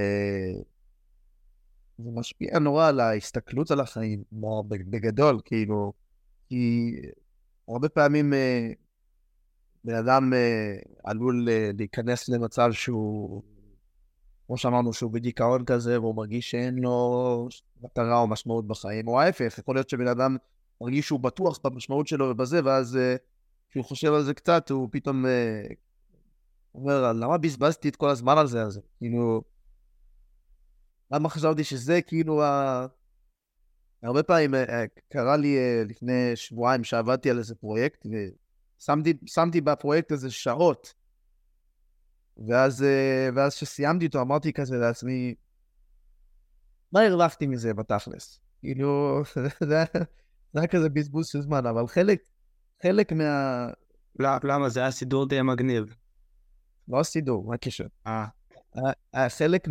זה משפיע נורא על ההסתכלות על החיים, בגדול, כאילו, כי הרבה פעמים בן אדם עלול להיכנס למצב שהוא, כמו שאמרנו, שהוא בדיכאון כזה, והוא מרגיש שאין לו מטרה או משמעות בחיים, או ההפך, יכול להיות שבן אדם מרגיש שהוא בטוח במשמעות שלו ובזה, ואז כשהוא חושב על זה קצת, הוא פתאום אומר, למה בזבזתי את כל הזמן על זה? כאילו, למה חשבתי שזה כאילו הרבה פעמים קרה לי לפני שבועיים שעבדתי על איזה פרויקט, ושמתי בפרויקט הזה שעות, ואז שסיימתי אותו אמרתי כזה לעצמי, מה הרווחתי מזה בתכלס? כאילו, זה היה כזה בזבוז של זמן, אבל חלק מה... למה? זה היה סידור די מגניב. לא סידור, מה הקשר? חלק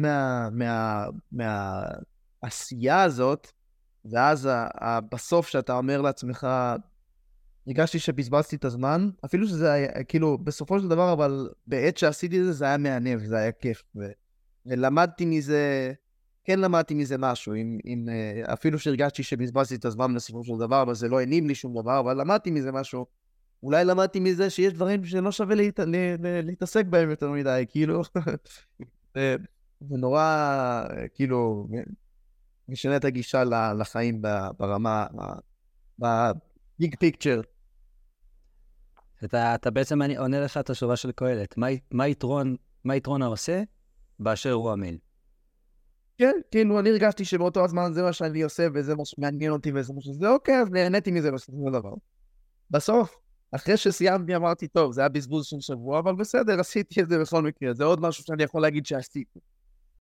מהעשייה הזאת, ואז בסוף שאתה אומר לעצמך, הרגשתי שבזבזתי את הזמן, אפילו שזה היה, כאילו, בסופו של דבר, אבל בעת שעשיתי את זה, זה היה מענב, זה היה כיף, ולמדתי מזה, כן למדתי מזה משהו, אפילו שהרגשתי שבזבזתי את הזמן בסופו של דבר, אבל זה לא הניב לי שום דבר, אבל למדתי מזה משהו, אולי למדתי מזה שיש דברים שלא שווה להתעסק בהם יותר מדי, כאילו, זה נורא, כאילו, משנה את הגישה לחיים ברמה, בביג פיקצ'ר. אתה בעצם עונה לך את התשובה של קהלת. מה יתרון העושה באשר הוא עמל? כן, כאילו, אני הרגשתי שבאותו הזמן זה מה שאני עושה, וזה מה שמעניין אותי, וזה מה שזה, אוקיי, אז נהניתי מזה בסופו דבר. בסוף, אחרי שסיימתי אמרתי, טוב, זה היה בזבוז של שבוע, אבל בסדר, עשיתי את זה בכל מקרה, זה עוד משהו שאני יכול להגיד שעשיתי.